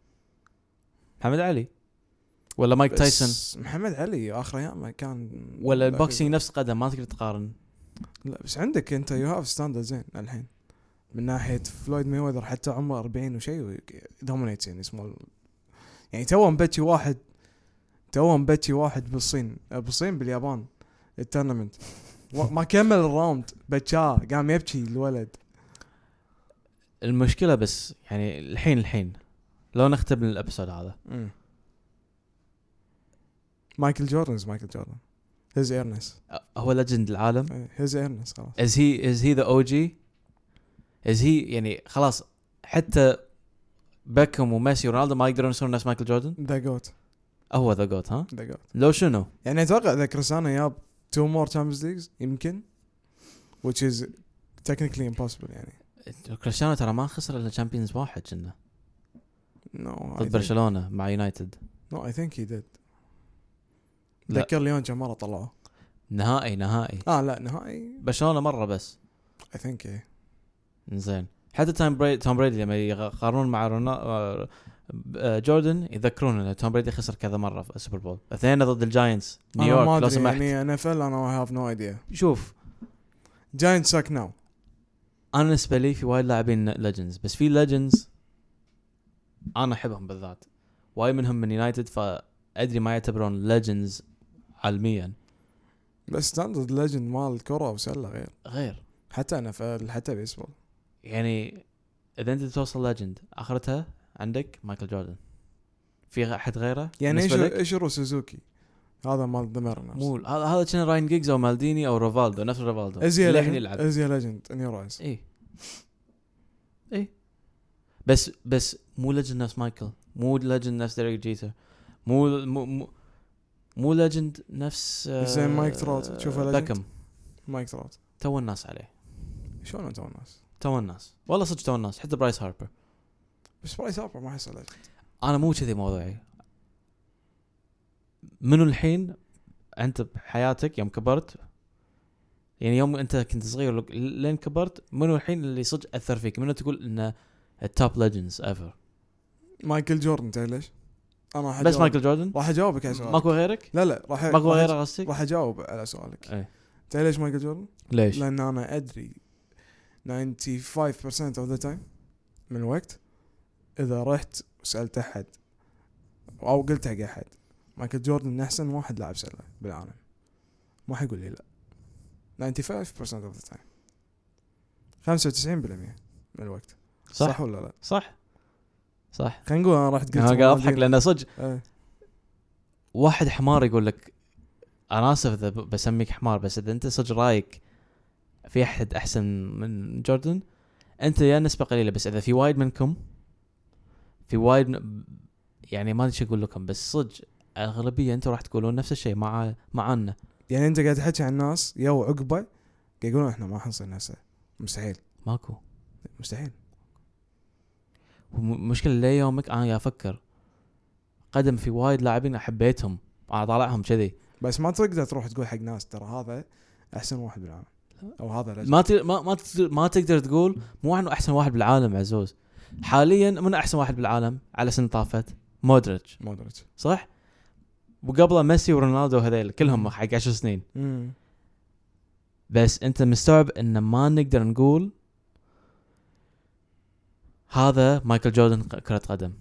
ولا مايك تايسون. محمد علي اخر ايام كان ولا البوكسينج نفس قدم ما تقدر تقارن. لا بس عندك انت يو هاف ستاندرد زين الحين من ناحيه فلويد مايوذر حتى عمره 40 وشيء دومينيت يعني اسمه يعني تو مبتشي واحد بالصين باليابان التورنمنت ما كمل الراوند بتشا قام يبكي الولد. المشكله بس يعني الحين لو نختم الابيسود هذا مايكل جوردن هيز ايرنس هو ليجند العالم. هيز ايرنس خلاص. is he the OG is he يعني خلاص حتى باكم وميسي ورونالدو ما يقدرون يصيرون نفس مايكل جوردن. ذا جوت هو ذا جوت. ها ذا جوت لو شنو يعني اتوقع اذا كريستيانو ياب 2 more Champions Leagues يمكن which is technically impossible يعني. كريستيانو ترى ما خسر الا تشامبيونز واحد كنا ضد برشلونة مع يونايتد. no I think he did. ذكر ليون كم مرة طلعوه نهائي لا نهائي برشلونة مرة بس I think زين. حتى توم بريدي لما يقارنون مع جوردن يذكرون ان توم بريدي خسر كذا مرة في السوبر بول. اثنين ضد الجاينتس نيويورك لو سمحت. يعني انا فعلا I have no idea. شوف جاينتس suck now. انا بالنسبة لي في وايد لاعبين ليجندز، بس في ليجندز انا احبهم بالذات وايد منهم من يونايتد فادري ما يعتبرون ليجندز عالميا، بس ستاندرد ليجند مال الكرة وسلة غير غير حتى NFL حتى بيسبول. يعني اذا انت توصل ليجند اخرتها عندك مايكل جوردن. في احد غيره يعني ايش سوزوكي هذا مال دمرنا مو هذا كان راين جيجز او مالديني او ريفالدو نفس ريفالدو اللي يلعب ازيا ليجند ان يور ايز. اي بس مو ليجند نفس مايكل مو ليجند نفس ديريك جيتر مو ليجند نفس زي مايك تروت تشوفه ليجند بكم مايك تروت تو الناس عليه شلون تو الناس والله صدق تو الناس حتى برايس هاربر بس برايس هاربر ما يحصل ليجند. انا مو كذي موضوعي منو الحين انت بحياتك يوم كبرت يعني يوم انت كنت صغير لين كبرت منو الحين اللي صدق اثر فيك منو تقول انه التوب ليجندز ايفر؟ مايكل جوردن تعرف ليش انا بس مايكل جوردن راح اجاوبك على سؤالك ماكو غيرك لا ماكو غيره قصدك راح اجاوب على سؤالك ايه. تعرف ليش مايكل جوردن ليش لان انا ادري 95% of the time من الوقت اذا رحت وسألت احد او قلت حق احد مايكل جوردن احسن واحد لاعب سله بالعالم ما حيقول لي لا 95% of the time 95% من الوقت صح ولا لا صح خلينا نقول انا رحت قلت انا اضحك لان صدق واحد حمار يقول لك انا اسف اذا بسميك حمار بس اذا انت صدق رايك في احد احسن من جوردن انت يا نسبه قليله بس اذا في وايد منكم في وايد يعني ما ادري شو اقول لكم بس صدق اغلبيه انتم راح تقولون نفس الشيء معنا يعني انت قاعد تحكي عن الناس يو عقبه قاعد يقولون احنا ما حنصير نفسه مستحيل ماكو مستحيل مشكلة ليه يومك أنا أفكر قدم في وايد لاعبين حبيتهم أنا طالعهم كذي بس ما تقدر تروح تقول حق ناس ترى هذا أحسن واحد بالعالم أو هذا ما تقدر تقول مو عنه أحسن واحد بالعالم عزوز حاليا من أحسن واحد بالعالم على سنة طافت مودريتش صح وقبله ميسي ورونالدو هذيل كلهم حق 10 سنين بس أنت مستوعب إن ما نقدر نقول هذا مايكل جوردن كرة قدم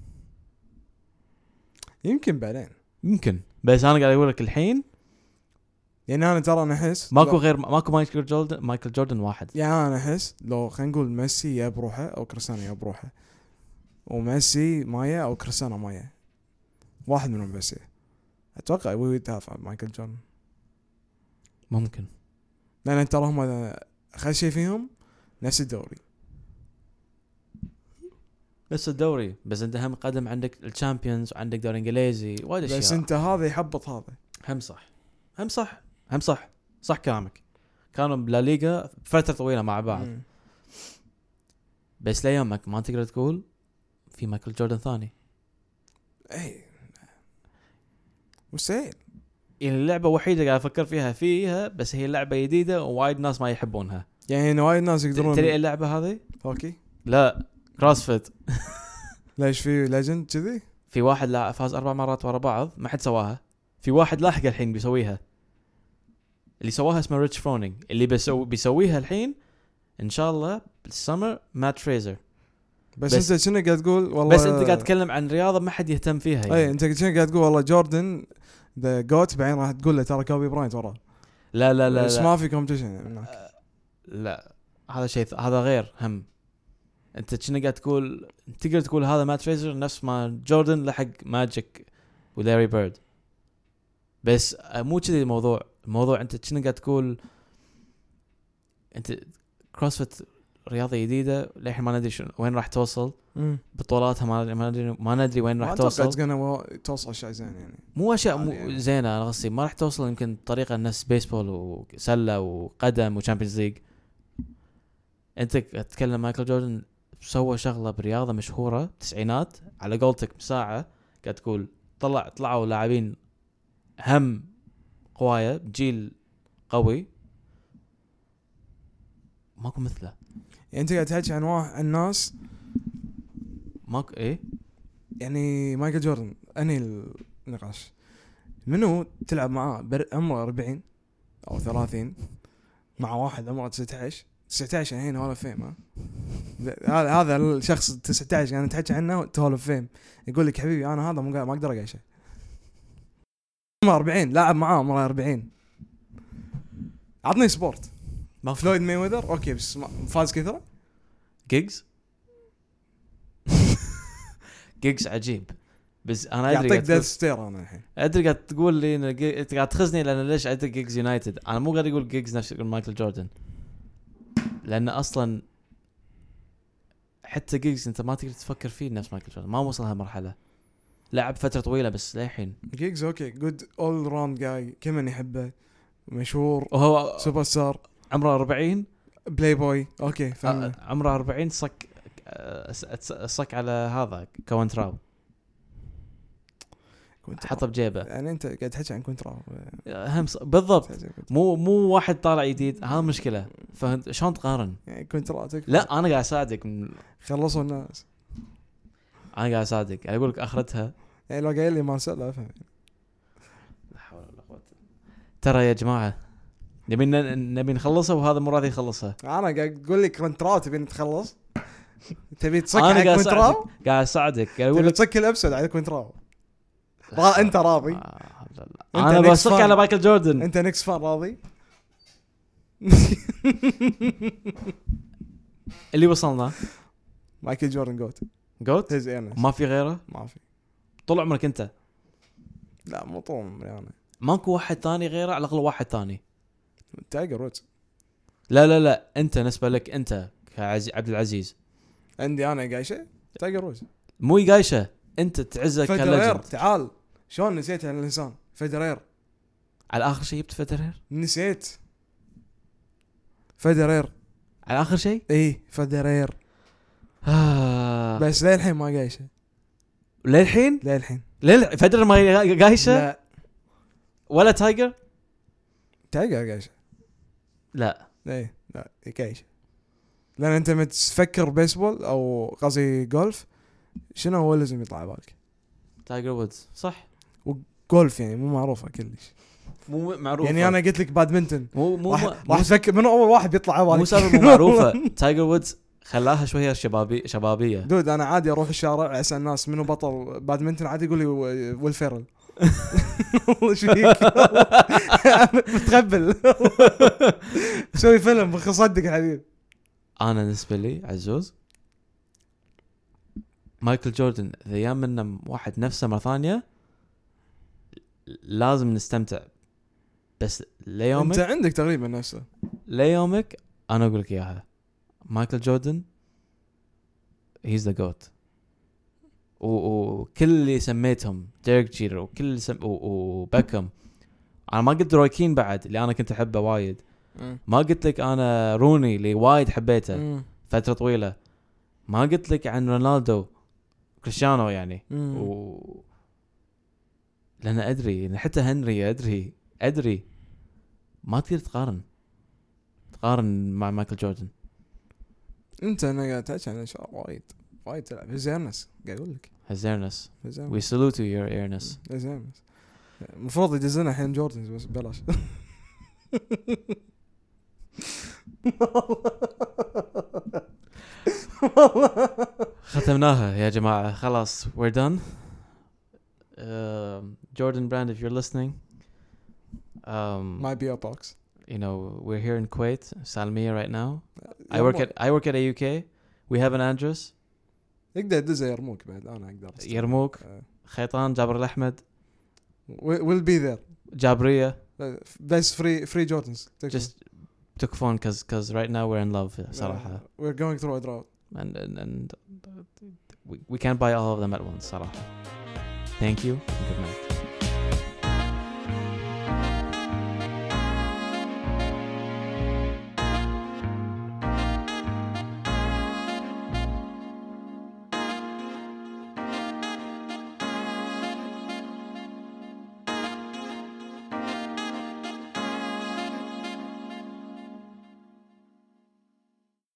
يمكن بعدين يمكن بس انا قاعد اقول لك الحين يعني انا ترى انا احس ماكو مايكل جوردن واحد يعني انا احس لو خلينا نقول ميسي يا بروحه او كريستيانو يا بروحه وميسي مايا او كريستيانو مايا واحد منهم بس اتوقع يدافع مايكل جوردن ممكن لان ترى هم اخر شيء فيهم نفس الدوري بس الدوري بس انت هم قدم عندك الشامبيونز وعندك دوري انجليزي وايد اشياء بس انت هذا يحبط هذا هم صح كلامك كانوا بلا ليغا فتره طويله مع بعض بس ليومك ما تقدر تقول في مايكل جوردن ثاني اي مستحيل يعني اللعبه وحيده قاعد افكر فيها بس هي لعبه جديده ووايد ناس ما يحبونها يعني وايد ناس يقدرون ترى اللعبه هذه اوكي لا كروسفيت ليش في ليجند كذي في واحد لا فاز 4 مرات ورا بعض ما حد سواها في واحد لاحق الحين بيسويها اللي سواها اسمه ريتش فرونينج اللي بيسويها الحين ان شاء الله بالسمر مات فريزر بس انت شنو قاعد تقول والله بس انت قاعد تتكلم عن رياضه ما حد يهتم فيها يعني. اي انت شنو قاعد تقول والله جوردن ذا جوت بعدين راح تقول له ترى كوبي براينت وراه لا بس ما في كومبيتيشن لا هذا شيء هذا غير هم انت شنو قاعد تقول تقدر تقول هذا مات فريزر نفس ما جوردن لحق ماجيك ولاري بيرد بس مو كذي الموضوع انت شنو قاعد تقول انت كروسفيت رياضه جديده للحين ما ندري وين راح توصل بطولاتها ما ندري وين راح توصل توصل شيء زين يعني مو اشياء مو زينه انا قصدي ما راح توصل يمكن بطريقه نفس بيسبول وسله وقدم وشامبيونز ليج انت تتكلم مايكل جوردن سوى شغله برياضه مشهوره بالتسعينات على قولتك بساعه قاعد تقول طلعوا لاعبين هم قوايه بجيل قوي ماكو مثله يعني انت قاعد تحكي عن واحد الناس ماكو ايه يعني مايكل جوردن انهي النقاش منو تلعب معاه عمره 40 او 30 مع واحد عمره 19 الحين هول اوف فيم هذا الشخص 19 يعني تحكي عنه هول اوف فيم يقول لك حبيبي انا هذا ما اقدر اقول شيء عمره 40 لاعب معاه عمره 40 عطني سبورت فلويد مايوذر اوكي بس فاز كثره جيجز جيجز عجيب بس انا ادري يعطيك ديث ستير. انا الحين ادري قاعد تقول لي ان انت قاعد تخزني لان ليش عندك جيجز يونايتد. انا مو قاعد اقول جيجز نفس مايكل جوردن لان اصلا حتى جيجز انت ما تقدر تفكر فيه نفس مايكل جوردن ما وصل هالمرحله لعب فتره طويله بس للحين جيجز اوكي جود اول راوند جاي كمان يحبه مشهور وهو سوبر ستار عمره 40 بلاي بوي اوكي فاهم عمره 40 صك على هذا كونتراو حطه بجيبه. يعني انت قاعد تحكي عن كونتراو اهم بالضبط مو واحد طالع جديد هذا مشكله فشلون تقارن يعني كونتراو لا انا قاعد اساعدك خلصوا الناس انا قاعد اساعدك يعني اقول لك اخرتها يعني لو قايل لي مارسيلو افهم لا حول ولا قوه ترى يا جماعه نبي نخلصها وهذا مو راضي يخلصها. انا قاعد اقول لك كونتراو تبي تخلص تبي تصك على كونتراو قاعد اساعدك تبي تصك الابسود على كونتراو انت راضي انا بصك على مايكل جوردن انت نكس فان راضي اللي وصلنا مايكل جوردن جوت ما في غيره ما في طول عمرك انت لا مو طول عمري انا ماكو واحد ثاني غيره على الاقل واحد ثاني تايجر وودز لا انت بالنسبه لك انت عبد العزيز عندي انا قايشه تايجر وودز مو قايشه انت تعزك كليجند تعال شلون نسيت الانسان فيدرير على اخر شيء جبت فيدرير نسيت فيدرير على اخر شيء ايه فيدرير بس للحين ما قايشه للحين فيدرير ما قايشه لا ولا تايجر قايشه لا ايه لا قايشه لان انت متفكر بيسبول او قصدي جولف شنو هو لازم يطلع بالك تايجر وودز صح وجولف يعني مو معروفه كلش مو معروفه يعني انا قلت لك بادمنتون مو راح تفكر منو اول واحد بيطلع على بالك مو سبب مو معروفه تايجر وودز خلاها شويه شبابيه دود انا عادي اروح الشارع اسال الناس منو بطل بادمنتون عادي يقول لي ويل فيرل والله شو هيك متقبل سوي فيلم بصدق يا حبيبي. انا بالنسبه لي عزوز مايكل جوردن اذا ايام منا واحد نفسه مره ثانيه لازم نستمتع بس ليومك انت عندك تقريبا نفسه ليومك انا اقول لك اياها مايكل جوردن هيز ذا جوت وكل اللي سميتهم ديريك جيرر وكل اللي وبيكم انا ما قلت روي كين بعد اللي انا كنت احبه وايد ما قلت لك انا روني اللي وايد حبيته فتره طويله ما قلت لك عن رونالدو كريستيانو يعني لأن أدري حتى هنري أدري ما تقدر تقارن مع مايكل جوردن. أنا قاعد تحكي عن أشياء وايد تلعب هزيرنس قاعد أقول لك هزيرنس we salute you your airness هزيرنس المفروض يدزنا الحين جوردن بس بلاش ختمناها يا جماعة خلاص we're done. Jordan Brand, if you're listening, my BO box. You know we're here in Kuwait, Salmiya right now. I work at AUK. We have an address. يقدر يدز يرموك بعد أنا أقدر. يرموك خيطان جابر الأحمد. We'll be there. جابرية. Best free Jordans. Just took phone because right now we're in love. صراحة. We're going through a drought. And we can't buy all of them at once. صراحة. Thank you and good night.